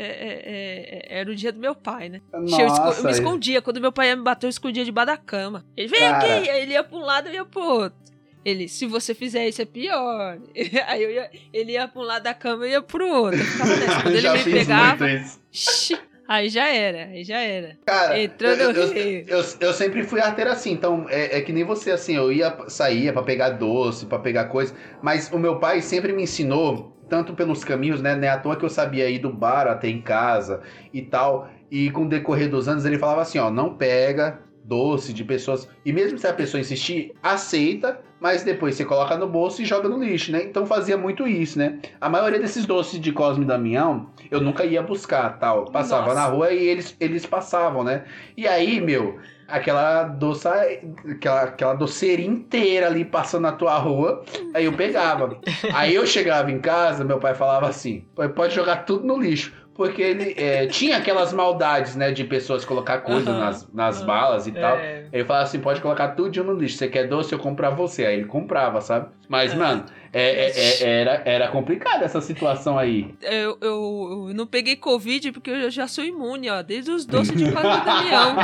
é, é, era o dia do meu pai, né? Nossa, eu, esco- eu me escondia. Quando meu pai ia me bater, eu escondia debaixo da cama. Ele vem Cara. aqui. Aí ele ia pra um lado, eu ia pro outro. Ele, se você fizer isso é pior. Aí eu ia, ele ia pra um lado da cama, eu ia pro outro. Eu ficava nessa. Quando ele me pegava... Xii, aí já era, aí já era. Cara, entrou no eu, eu, eu, eu sempre fui arteiro assim, então é, é que nem você, assim, eu ia, saía pra pegar doce, pra pegar coisa, mas o meu pai sempre me ensinou, tanto pelos caminhos, né, não é à toa que eu sabia ir do bar até em casa e tal, e com o decorrer dos anos ele falava assim, ó, não pega doce de pessoas, e mesmo se a pessoa insistir, aceita, mas depois você coloca no bolso e joga no lixo, né? Então fazia muito isso, né? A maioria desses doces de Cosme e Damião, eu nunca ia buscar, tal. Passava Nossa. Na rua e eles, eles passavam, né? E aí, meu, aquela doça, aquela, aquela doceria inteira ali passando na tua rua, aí eu pegava. Aí eu chegava em casa, meu pai falava assim, pode jogar tudo no lixo. Porque ele é, tinha aquelas maldades, né, de pessoas colocar coisa uhum, nas, nas uhum, balas e é. Tal. Ele falava assim, pode colocar tudo no lixo. Você quer doce, eu compro pra você. Aí ele comprava, sabe? Mas, uhum. mano, é, é, é, era, era complicada essa situação aí. Eu, eu, eu não peguei Covid porque eu já sou imune, ó. Desde os doces de Cosme e Damião.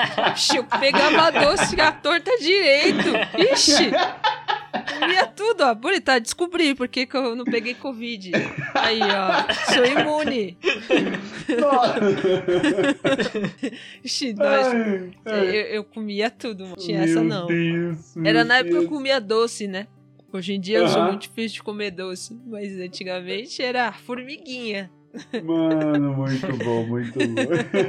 Eu pegava doce à torta direito. Ixi! Comia tudo, ó. Bonita, descobri por que eu não peguei Covid. Aí, ó. Sou imune. Ixi, nós, ai, ai. Eu, eu comia tudo, não tinha essa não. Deus, Era na época Deus. que eu comia doce, né? Hoje em dia uhum. eu sou muito difícil de comer doce. Mas antigamente era formiguinha. Mano, muito bom, muito bom.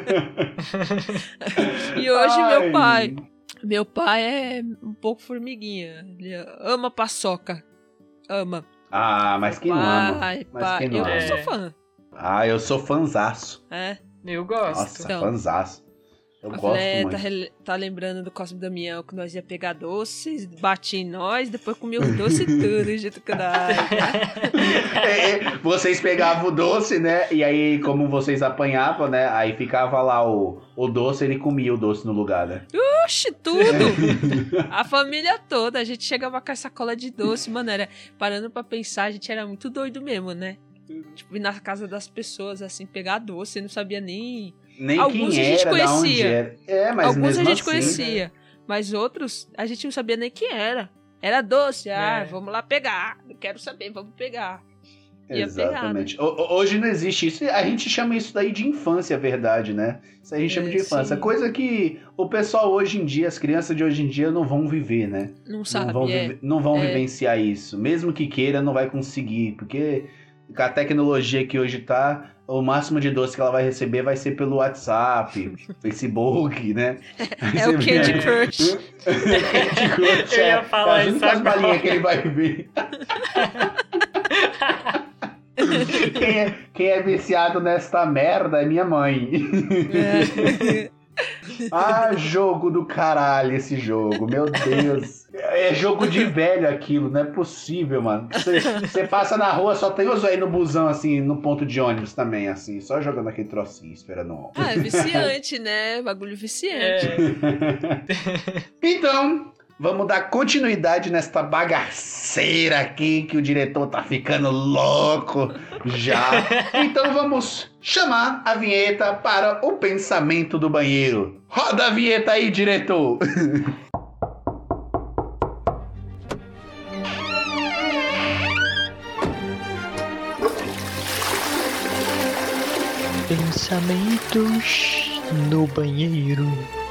E hoje ai. meu pai... Meu pai é um pouco formiguinha. Ele ama paçoca. Ama. Ah, mas quem não ama? Mas pai, quem não eu ama? não sou fã. Ah, eu sou fãzaço. É? Eu gosto. Nossa, então, fãzaço. Eu gosto é, muito. Tá, tá lembrando do Cosme e Damião que nós ia pegar doces, batia em nós, depois comia o doce tudo junto com nós. é, é, vocês pegavam o doce, né? E aí, como vocês apanhavam, né? Aí ficava lá o, o doce, ele comia o doce no lugar, né? Oxi, tudo! A família toda, a gente chegava com a sacola de doce, mano, era, parando pra pensar, a gente era muito doido mesmo, né? Tipo, ir na casa das pessoas, assim, pegar doce, não sabia nem... Nem Alguns quem a gente era, conhecia. Era. É, mas Alguns a gente assim, conhecia. Né? Mas outros, a gente não sabia nem quem era. Era doce. Ah, é. Vamos lá pegar. Eu quero saber, vamos pegar. Ia Exatamente. Pegar, né? Hoje não existe isso. A gente chama isso daí de infância, verdade, né? Isso a gente é, chama de infância. Sim. Coisa que o pessoal hoje em dia, as crianças de hoje em dia não vão viver, né? Não sabe, Não vão, é. vive... não vão é. vivenciar isso. Mesmo que queira, não vai conseguir. Porque com a tecnologia que hoje tá... O máximo de doce que ela vai receber vai ser pelo WhatsApp, Facebook, né? É o Candy Crush. Candy Crush. Eu ia falar é, isso as balinhas que ele vai ver. quem, é, quem é viciado nesta merda é minha mãe. É. Ah, jogo do caralho esse jogo, meu Deus. É jogo de velho aquilo, não é possível, mano. Você passa na rua, só tem os aí no busão, assim, no ponto de ônibus também, assim, só jogando aquele trocinho, esperando um. Ah, é viciante, né? Bagulho viciante. É. Então, vamos dar continuidade nesta bagaceira aqui, que o diretor tá ficando louco já. Então vamos chamar a vinheta para o pensamento do banheiro. Roda a vinheta aí, diretor! Pensamentos no banheiro.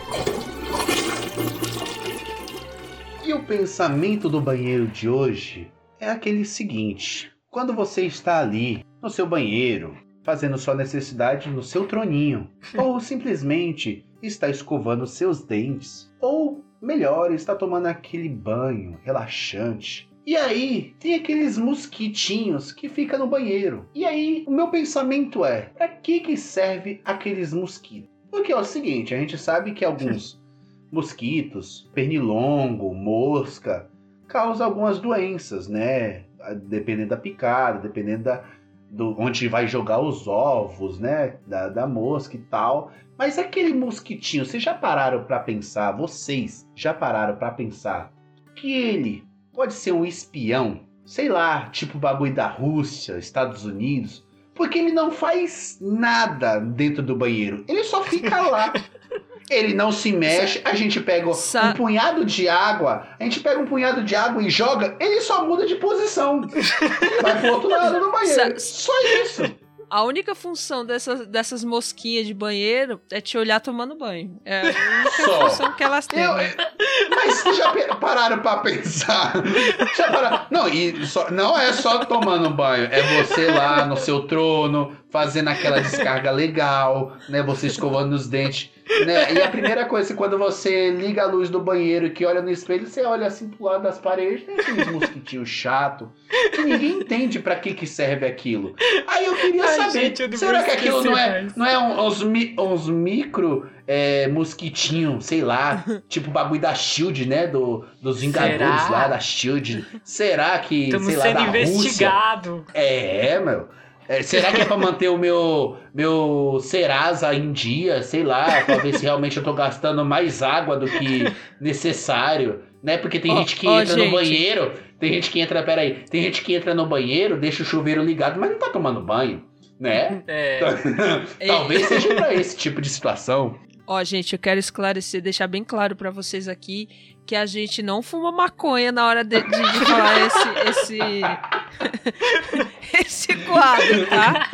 E o pensamento do banheiro de hoje é aquele seguinte: quando você está ali no seu banheiro, fazendo sua necessidade no seu troninho, ou simplesmente está escovando seus dentes, ou melhor, está tomando aquele banho relaxante. E aí, tem aqueles mosquitinhos que ficam no banheiro. E aí, o meu pensamento é, para que que serve aqueles mosquitos? Porque é o seguinte, a gente sabe que alguns mosquitos, pernilongo, mosca, causam algumas doenças, né? Dependendo da picada, dependendo da, do, onde vai jogar os ovos, né? Da, da mosca e tal. Mas aquele mosquitinho, vocês já pararam para pensar, vocês já pararam para pensar que ele pode ser um espião, sei lá, tipo bagulho da Rússia, Estados Unidos, porque ele não faz nada dentro do banheiro, ele só fica lá. Ele não se mexe, a gente pega Sa- um punhado de água, a gente pega um punhado de água e joga, ele só muda de posição. Ele vai pro outro lado do banheiro. Sa- Só isso. A única função dessas, dessas mosquinhas de banheiro é te olhar tomando banho. É a única Só. função que elas têm. Eu, mas vocês já pe- pararam pra pensar? Já pararam? Não, e só, não é só tomando banho, é você lá no seu trono, fazendo aquela descarga legal, né? Você escovando os dentes, né? E a primeira coisa, quando você liga a luz do banheiro que olha no espelho, você olha assim pro lado das paredes, tem aqueles mosquitinhos chato que ninguém entende pra que que serve aquilo. Aí eu queria Ai, saber, gente, eu não será vou que aquilo esquecer não é, mais. não é um- uns, mi- uns micro é, mosquitinhos, sei lá, tipo o bagulho da Shield, né? Do, dos Vingadores Será? lá da Shield. Será que, Estamos sei lá, sendo da Rússia? investigados. É, meu. É, será que é pra manter o meu, meu Serasa em dia? Sei lá, pra ver se realmente eu tô gastando mais água do que necessário, né? Porque tem Ó, gente que ó, entra gente. no banheiro, tem gente que entra, peraí, tem gente que entra no banheiro, deixa o chuveiro ligado, mas não tá tomando banho, né? É. Talvez seja pra esse tipo de situação. Ó, gente, eu quero esclarecer, deixar bem claro pra vocês aqui que a gente não fuma maconha na hora de, de- de falar esse, esse, esse quadro, tá?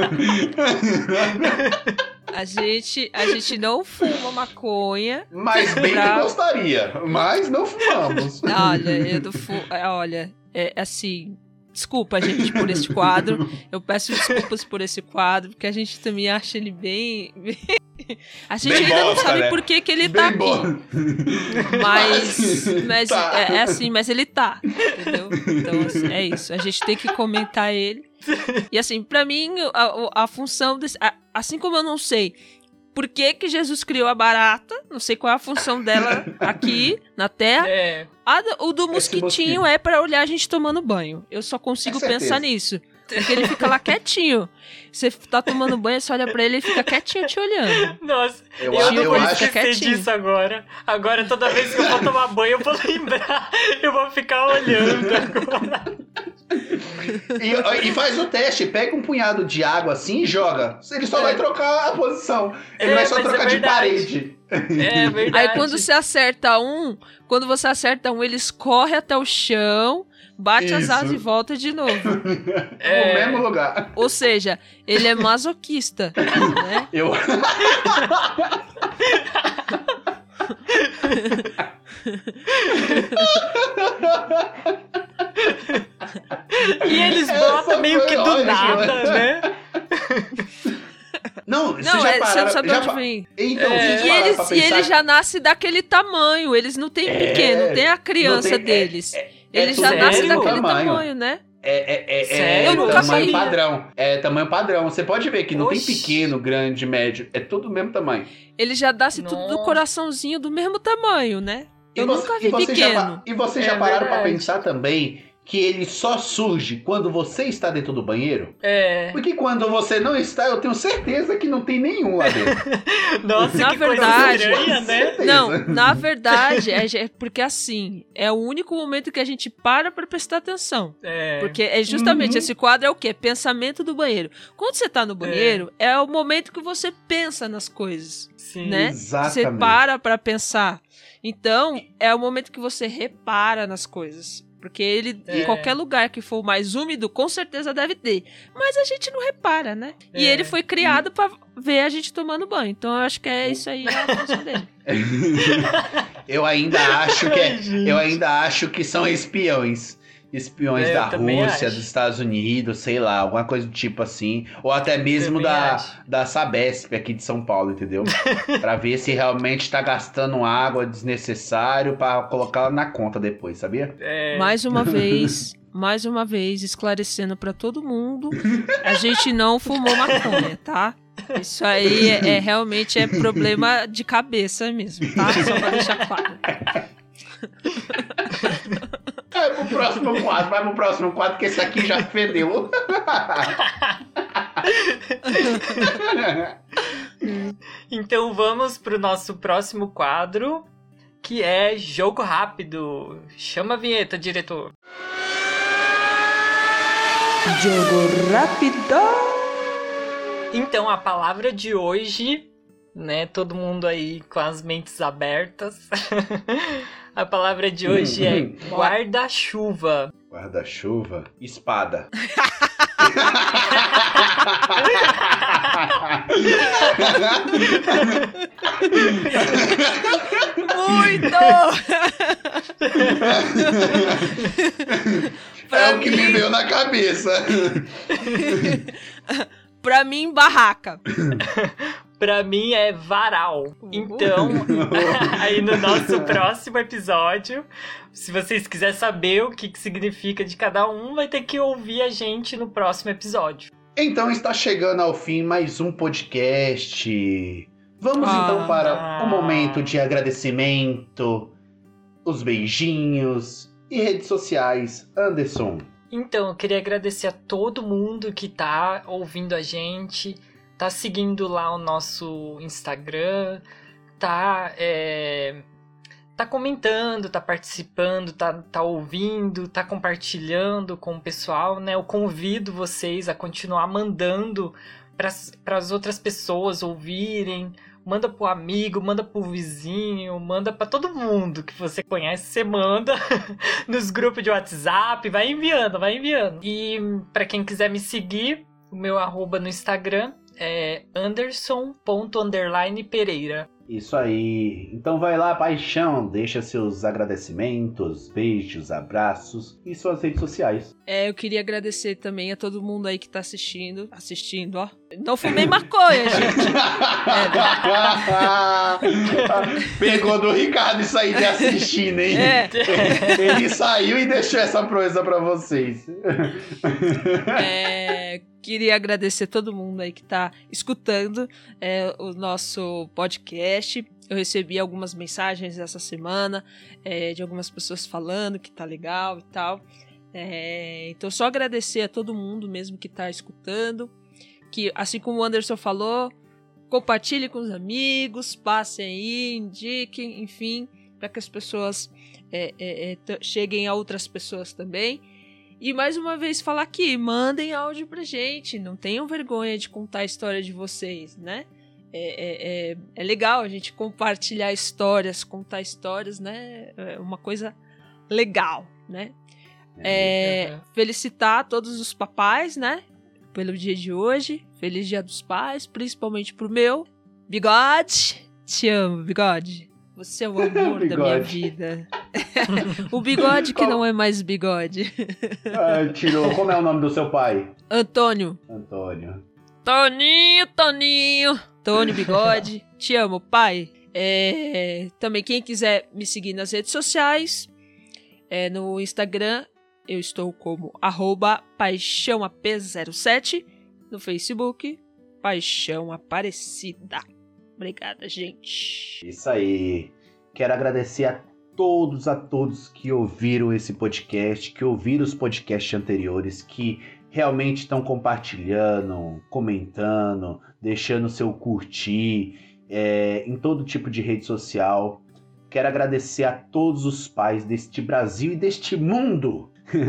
A gente, a gente não fuma maconha. Mas bem Pra- que gostaria, mas não fumamos. Olha, eu não fu- é, olha, é assim. Desculpa, gente, por esse quadro. Eu peço desculpas por esse quadro, porque a gente também acha ele bem. A gente Bem ainda não bosta, sabe né? por que, que ele Bem tá aqui. bom. Mas, mas Tá. é, é assim, mas ele tá, entendeu? Então, assim, é isso. A gente tem que comentar ele. E assim, pra mim, a, a função desse. a- assim como eu não sei por que, que Jesus criou a barata, não sei qual é a função dela aqui na Terra. É. A do- o do Esse mosquitinho mosquito. é pra olhar a gente tomando banho. Eu só consigo É certeza. pensar nisso. Porque ele fica lá quietinho. Você tá tomando banho, você olha pra ele e ele fica quietinho te olhando. Nossa, Eu, eu, a- não eu vou acho. Fica esquecer quietinho. disso agora. Agora, toda vez que eu for tomar banho, eu vou lembrar. Eu vou ficar olhando agora. E, e faz o teste, pega um punhado de água assim e joga. Ele só É. vai trocar a posição. Ele É, vai só mas é trocar de verdade. parede. É verdade. Aí quando você acerta um, quando você acerta um, ele escorre até o chão, bate as Isso. asas e volta de novo. É. No mesmo lugar. Ou seja, ele é masoquista, né? Eu. E eles Essa botam meio foi que do ótima. nada, né? Não, você Não, já é, você pararam, não sabe já de pa- onde vem. Então, É. vocês E pararam eles, pra e pensar ele já nasce daquele tamanho, eles não têm É, pequeno, não tem a criança não tem- é- deles. é Ele tudo já do nasce mesmo daquele tamanho. tamanho, né? É, é, é, Sério? é Eu nunca tamanho sabia. padrão. É tamanho padrão. Você pode ver que não Oxi. tem pequeno, grande, médio. É tudo o mesmo tamanho. Ele já dá-se tudo do Nossa. coraçãozinho do mesmo tamanho, né? E Eu você- nunca e vi você já pequeno. pa- e vocês É já pararam pra verdade. pensar também que ele só surge quando você está dentro do banheiro? É. Porque quando você não está, eu tenho certeza que não tem nenhum lá dentro. Nossa, Na que verdade- coisa estranha, né? Certeza. Não, na verdade, é é porque assim, é o único momento que a gente para pra prestar atenção. É. Porque é justamente Uhum. esse quadro é o quê? Pensamento do banheiro. Quando você tá no banheiro, é, o momento que você pensa nas coisas, Sim. né? Exatamente. Você para pra pensar. Então, é o momento que você repara nas coisas. Porque ele, É. em qualquer lugar que for mais úmido, com certeza deve ter. Mas a gente não repara, né? E É. ele foi criado pra ver a gente tomando banho. Então, eu acho que é isso aí a função dele. Eu ainda acho que é- Ai, gente. eu ainda acho que são espiões. Espiões É, eu da também Rússia, acho. dos Estados Unidos, sei lá, alguma coisa do tipo assim. Ou até mesmo Também da, acho. da Sabesp aqui de São Paulo, entendeu? Pra ver se realmente tá gastando água desnecessário pra colocar na conta depois, sabia? É. Mais uma vez, mais uma vez, esclarecendo pra todo mundo, a gente não fumou maconha, tá? Isso aí é, é realmente é problema de cabeça mesmo, tá? Só pra deixar claro. Vai pro próximo quadro, vai pro próximo quadro, que esse aqui já fedeu. Então vamos pro nosso próximo quadro, que é Jogo Rápido. Chama a vinheta, diretor. Jogo rápido. Então a palavra de hoje, né? Todo mundo aí com as mentes abertas. A palavra de hoje é guarda-chuva. Guarda-chuva, espada. Muito! É o que me veio na cabeça. Pra mim, barraca. Pra mim é varal. Então, aí no nosso próximo episódio, se vocês quiserem saber o que, que significa de cada um, vai ter que ouvir a gente no próximo episódio. Então está chegando ao fim mais um podcast. Vamos Ah. então para o momento de agradecimento, os beijinhos e redes sociais. Anderson. Então, eu queria agradecer a todo mundo que tá ouvindo a gente, tá seguindo lá o nosso Instagram, tá, é, tá comentando, tá participando, tá, tá ouvindo, tá compartilhando com o pessoal, né? Eu convido vocês a continuar mandando para as outras pessoas ouvirem. Manda pro amigo, manda pro vizinho, manda pra todo mundo que você conhece, você manda nos grupos de WhatsApp, vai enviando, vai enviando. E pra quem quiser me seguir, o meu arroba no Instagram é anderson ponto underline pereira. Isso aí. Então vai lá, paixão. Deixa seus agradecimentos, beijos, abraços e suas redes sociais. É, eu queria agradecer também a todo mundo aí que tá assistindo. Assistindo, ó. Não fumei maconha, gente. Pegou do Ricardo isso aí de assistindo, hein? É. Ele saiu e deixou essa proeza pra vocês. É, queria agradecer todo mundo aí que tá escutando é, o nosso podcast. Eu recebi algumas mensagens essa semana é, de algumas pessoas falando que tá legal e tal. É, então, só agradecer a todo mundo mesmo que tá escutando. Que, assim como o Anderson falou, compartilhe com os amigos, passem aí, indiquem, enfim, para que as pessoas é, é, é, t- cheguem a outras pessoas também. E mais uma vez falar aqui, mandem áudio pra gente, não tenham vergonha de contar a história de vocês, né? É, é, é, é legal a gente compartilhar histórias, contar histórias, né? É uma coisa legal, né? É, Uhum. felicitar todos os papais, né? Pelo dia de hoje. Feliz Dia dos Pais, principalmente pro meu. Bigode, te amo, Bigode. Você é o amor da minha Bigode. vida. O bigode que Qual- não é mais bigode. Ah, tirou. Como é o nome do seu pai? Antônio. Antônio. Toninho, Toninho. Tony Bigode. Te amo, pai. É, também quem quiser me seguir nas redes sociais, é no Instagram, eu estou como arroba paixãoap zero sete no Facebook, Paixão Aparecida. Obrigada, gente. Isso aí. Quero agradecer a todos, a todos que ouviram esse podcast, que ouviram os podcasts anteriores, que realmente estão compartilhando, comentando, deixando seu curtir é, em todo tipo de rede social. Quero agradecer a todos os pais deste Brasil e deste mundo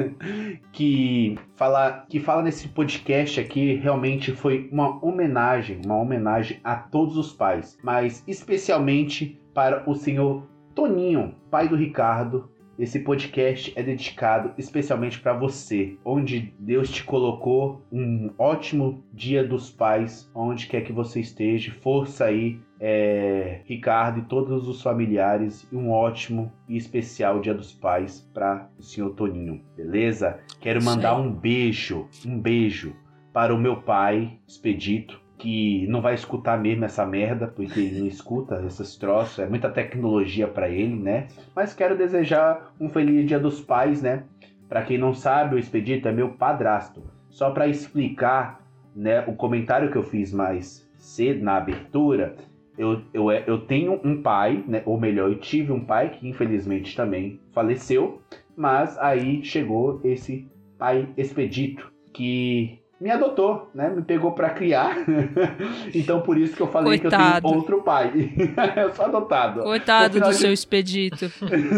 que fala, que fala nesse podcast aqui. Realmente foi uma homenagem, uma homenagem a todos os pais, mas especialmente para o senhor Toninho, pai do Ricardo. Esse podcast é dedicado especialmente para você, onde Deus te colocou. Um ótimo Dia dos Pais, onde quer que você esteja. Força aí, é, Ricardo e todos os familiares. E um ótimo e especial Dia dos Pais para o senhor Toninho, beleza? Quero mandar um beijo, um beijo para o meu pai, Expedito, que não vai escutar mesmo essa merda, porque ele não escuta esses troços, é muita tecnologia pra ele, né? Mas quero desejar um feliz Dia dos Pais, né? Pra quem não sabe, o Expedito é meu padrasto. Só pra explicar, né, o comentário que eu fiz mais cedo na abertura, eu, eu, eu tenho um pai, né? Ou melhor, eu tive um pai que infelizmente também faleceu, mas aí chegou esse pai Expedito, que me adotou, né? Me pegou pra criar. Então por isso que eu falei Coitado. que eu tenho outro pai. Eu sou adotado. Coitado do de... seu Expedito.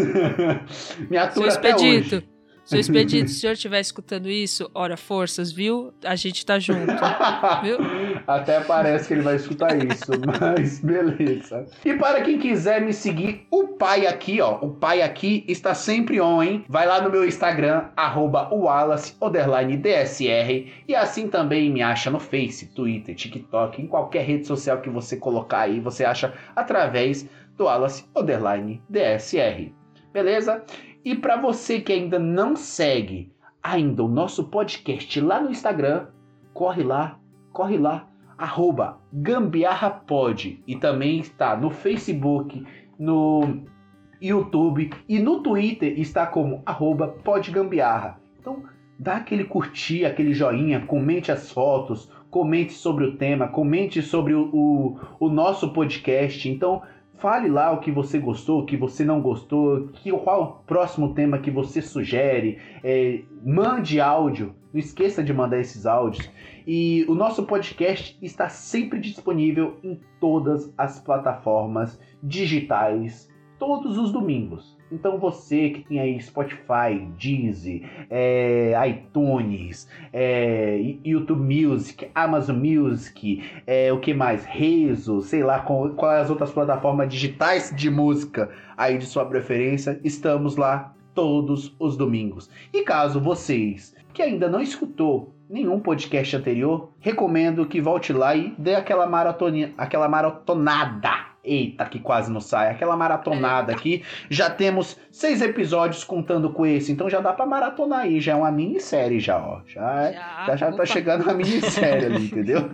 Me atura seu até Expedito. hoje. Seu Expedito, se o senhor estiver escutando isso, ora forças, viu? A gente tá junto, viu? Até parece que ele vai escutar isso, mas beleza. E para quem quiser me seguir, o pai aqui, ó, o pai aqui está sempre on, hein? Vai lá no meu Instagram, arroba Wallace, underline D S R, e assim também me acha no Face, Twitter, TikTok, em qualquer rede social que você colocar aí, você acha através do Wallace, underline D S R. Beleza? E para você que ainda não segue ainda o nosso podcast lá no Instagram, corre lá, corre lá, arroba gambiarrapod. E também está no Facebook, no YouTube e no Twitter está como arroba podgambiarra. Então dá aquele curtir, aquele joinha, comente as fotos, comente sobre o tema, comente sobre o, o, o nosso podcast. Então fale lá o que você gostou, o que você não gostou, que, qual o próximo tema que você sugere. É, mande áudio, não esqueça de mandar esses áudios. E o nosso podcast está sempre disponível em todas as plataformas digitais, todos os domingos. Então você que tem aí Spotify, Deezer, é, iTunes, é, YouTube Music, Amazon Music, é, o que mais? Rezo, sei lá, com, quais as outras plataformas digitais de música aí de sua preferência, estamos lá todos os domingos. E caso vocês que ainda não escutou nenhum podcast anterior, recomendo que volte lá e dê aquela maratona, aquela maratonada. Eita, que quase não sai. Aquela maratonada aqui. Já temos seis episódios contando com esse. Então já dá pra maratonar aí. Já é uma minissérie já, ó. Já, já, já, já tá chegando uma minissérie ali, entendeu?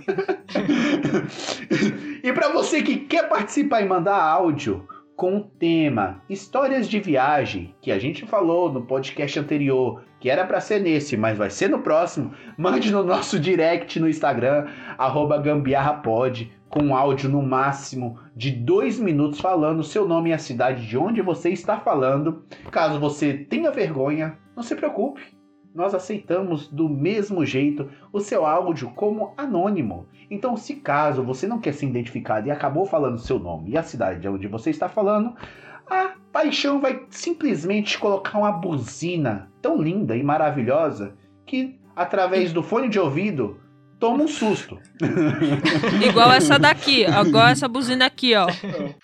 E pra você que quer participar e mandar áudio com o tema Histórias de Viagem, que a gente falou no podcast anterior, que era pra ser nesse, mas vai ser no próximo, mande no nosso direct no Instagram, arroba gambiarrapod, com áudio no máximo de dois minutos falando o seu nome e a cidade de onde você está falando. Caso você tenha vergonha, não se preocupe. Nós aceitamos do mesmo jeito o seu áudio como anônimo. Então, se caso você não quer ser identificado e acabou falando seu nome e a cidade de onde você está falando, a Paixão vai simplesmente colocar uma buzina tão linda e maravilhosa que, através do fone de ouvido, toma um susto. Igual essa daqui, ó. Igual essa buzina aqui, ó.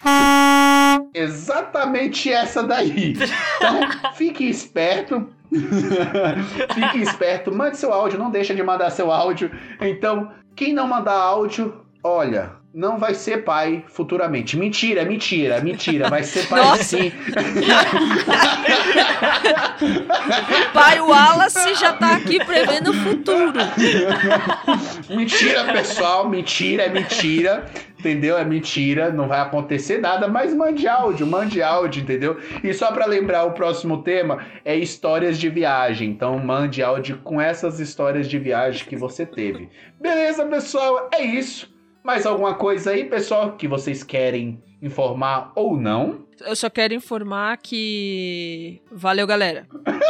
Exatamente essa daí. Então, fique esperto. Fique esperto. Mande seu áudio. Não deixa de mandar seu áudio. Então, quem não mandar áudio, olha, não vai ser pai futuramente. Mentira, mentira, mentira. Vai ser pai Nossa. sim. Pai Wallace já tá aqui prevendo o futuro. Mentira, pessoal, mentira, é mentira. Entendeu? É mentira, não vai acontecer nada, mas mande áudio, mande áudio, entendeu? E só pra lembrar, o próximo tema é histórias de viagem. Então mande áudio com essas histórias de viagem que você teve. Beleza, pessoal? É isso. Mais alguma coisa aí, pessoal, que vocês querem informar ou não? Eu só quero informar que... Valeu, galera.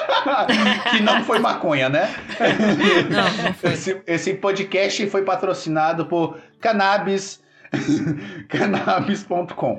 Que não foi maconha, né? Não, não foi. Esse, esse podcast foi patrocinado por Cannabis... Cannabis ponto com.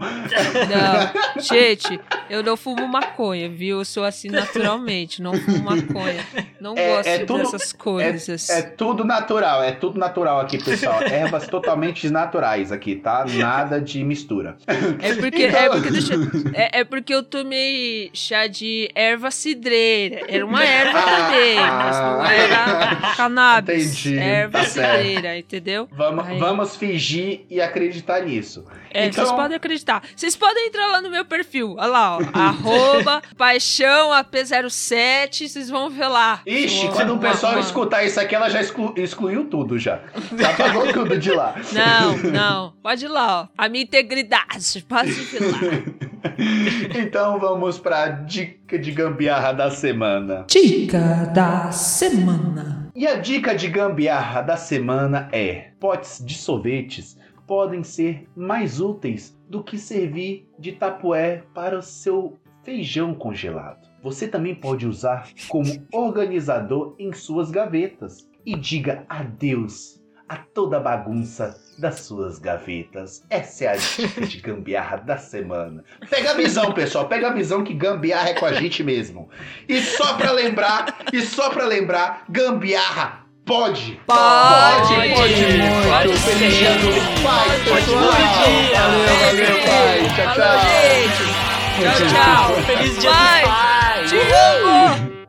Não, gente, eu não fumo maconha, viu? Eu sou assim naturalmente, não fumo maconha. Não É- gosto é tudo- dessas coisas. É tudo natural, é tudo natural aqui, pessoal. Ervas totalmente naturais aqui, tá? Nada de mistura. É porque, Então- é, porque deixa, é, é porque eu tomei chá de erva cidreira. Era uma erva Ah, também, mas não era cannabis. Entendi, Erva tá certo. cidreira, entendeu? Vamos, Aí- vamos fingir e acreditar nisso. É, Então- vocês podem acreditar. Vocês podem entrar lá no meu perfil. Olha lá, ó. Arroba paixão A P zero sete. Vocês vão ver lá. Ixi, Uma- quando o uma- pessoal uma- escutar isso aqui, ela já exclu- excluiu tudo já. Já apagou tudo de lá. Não, não. Pode ir lá, ó. A minha integridade. Pode ir lá. Então vamos pra dica de gambiarra da semana. Dica da semana. E a dica de gambiarra da semana é: potes de sorvetes podem ser mais úteis do que servir de tapoé para o seu feijão congelado. Você também pode usar como organizador em suas gavetas. E diga adeus a toda a bagunça das suas gavetas. Essa é a dica de gambiarra da semana. Pega a visão, pessoal. Pega a visão que gambiarra é com a gente mesmo. E só pra lembrar, e só pra lembrar, gambiarra pode. Pode, pode, pode muito. pode Feliz ser. dia dos pais, Pode pessoal. muito. Valeu, valeu, pai. Tchau, Falou, tchau. gente. Tchau, tchau. Feliz dia Vai. dos pais! Te amo.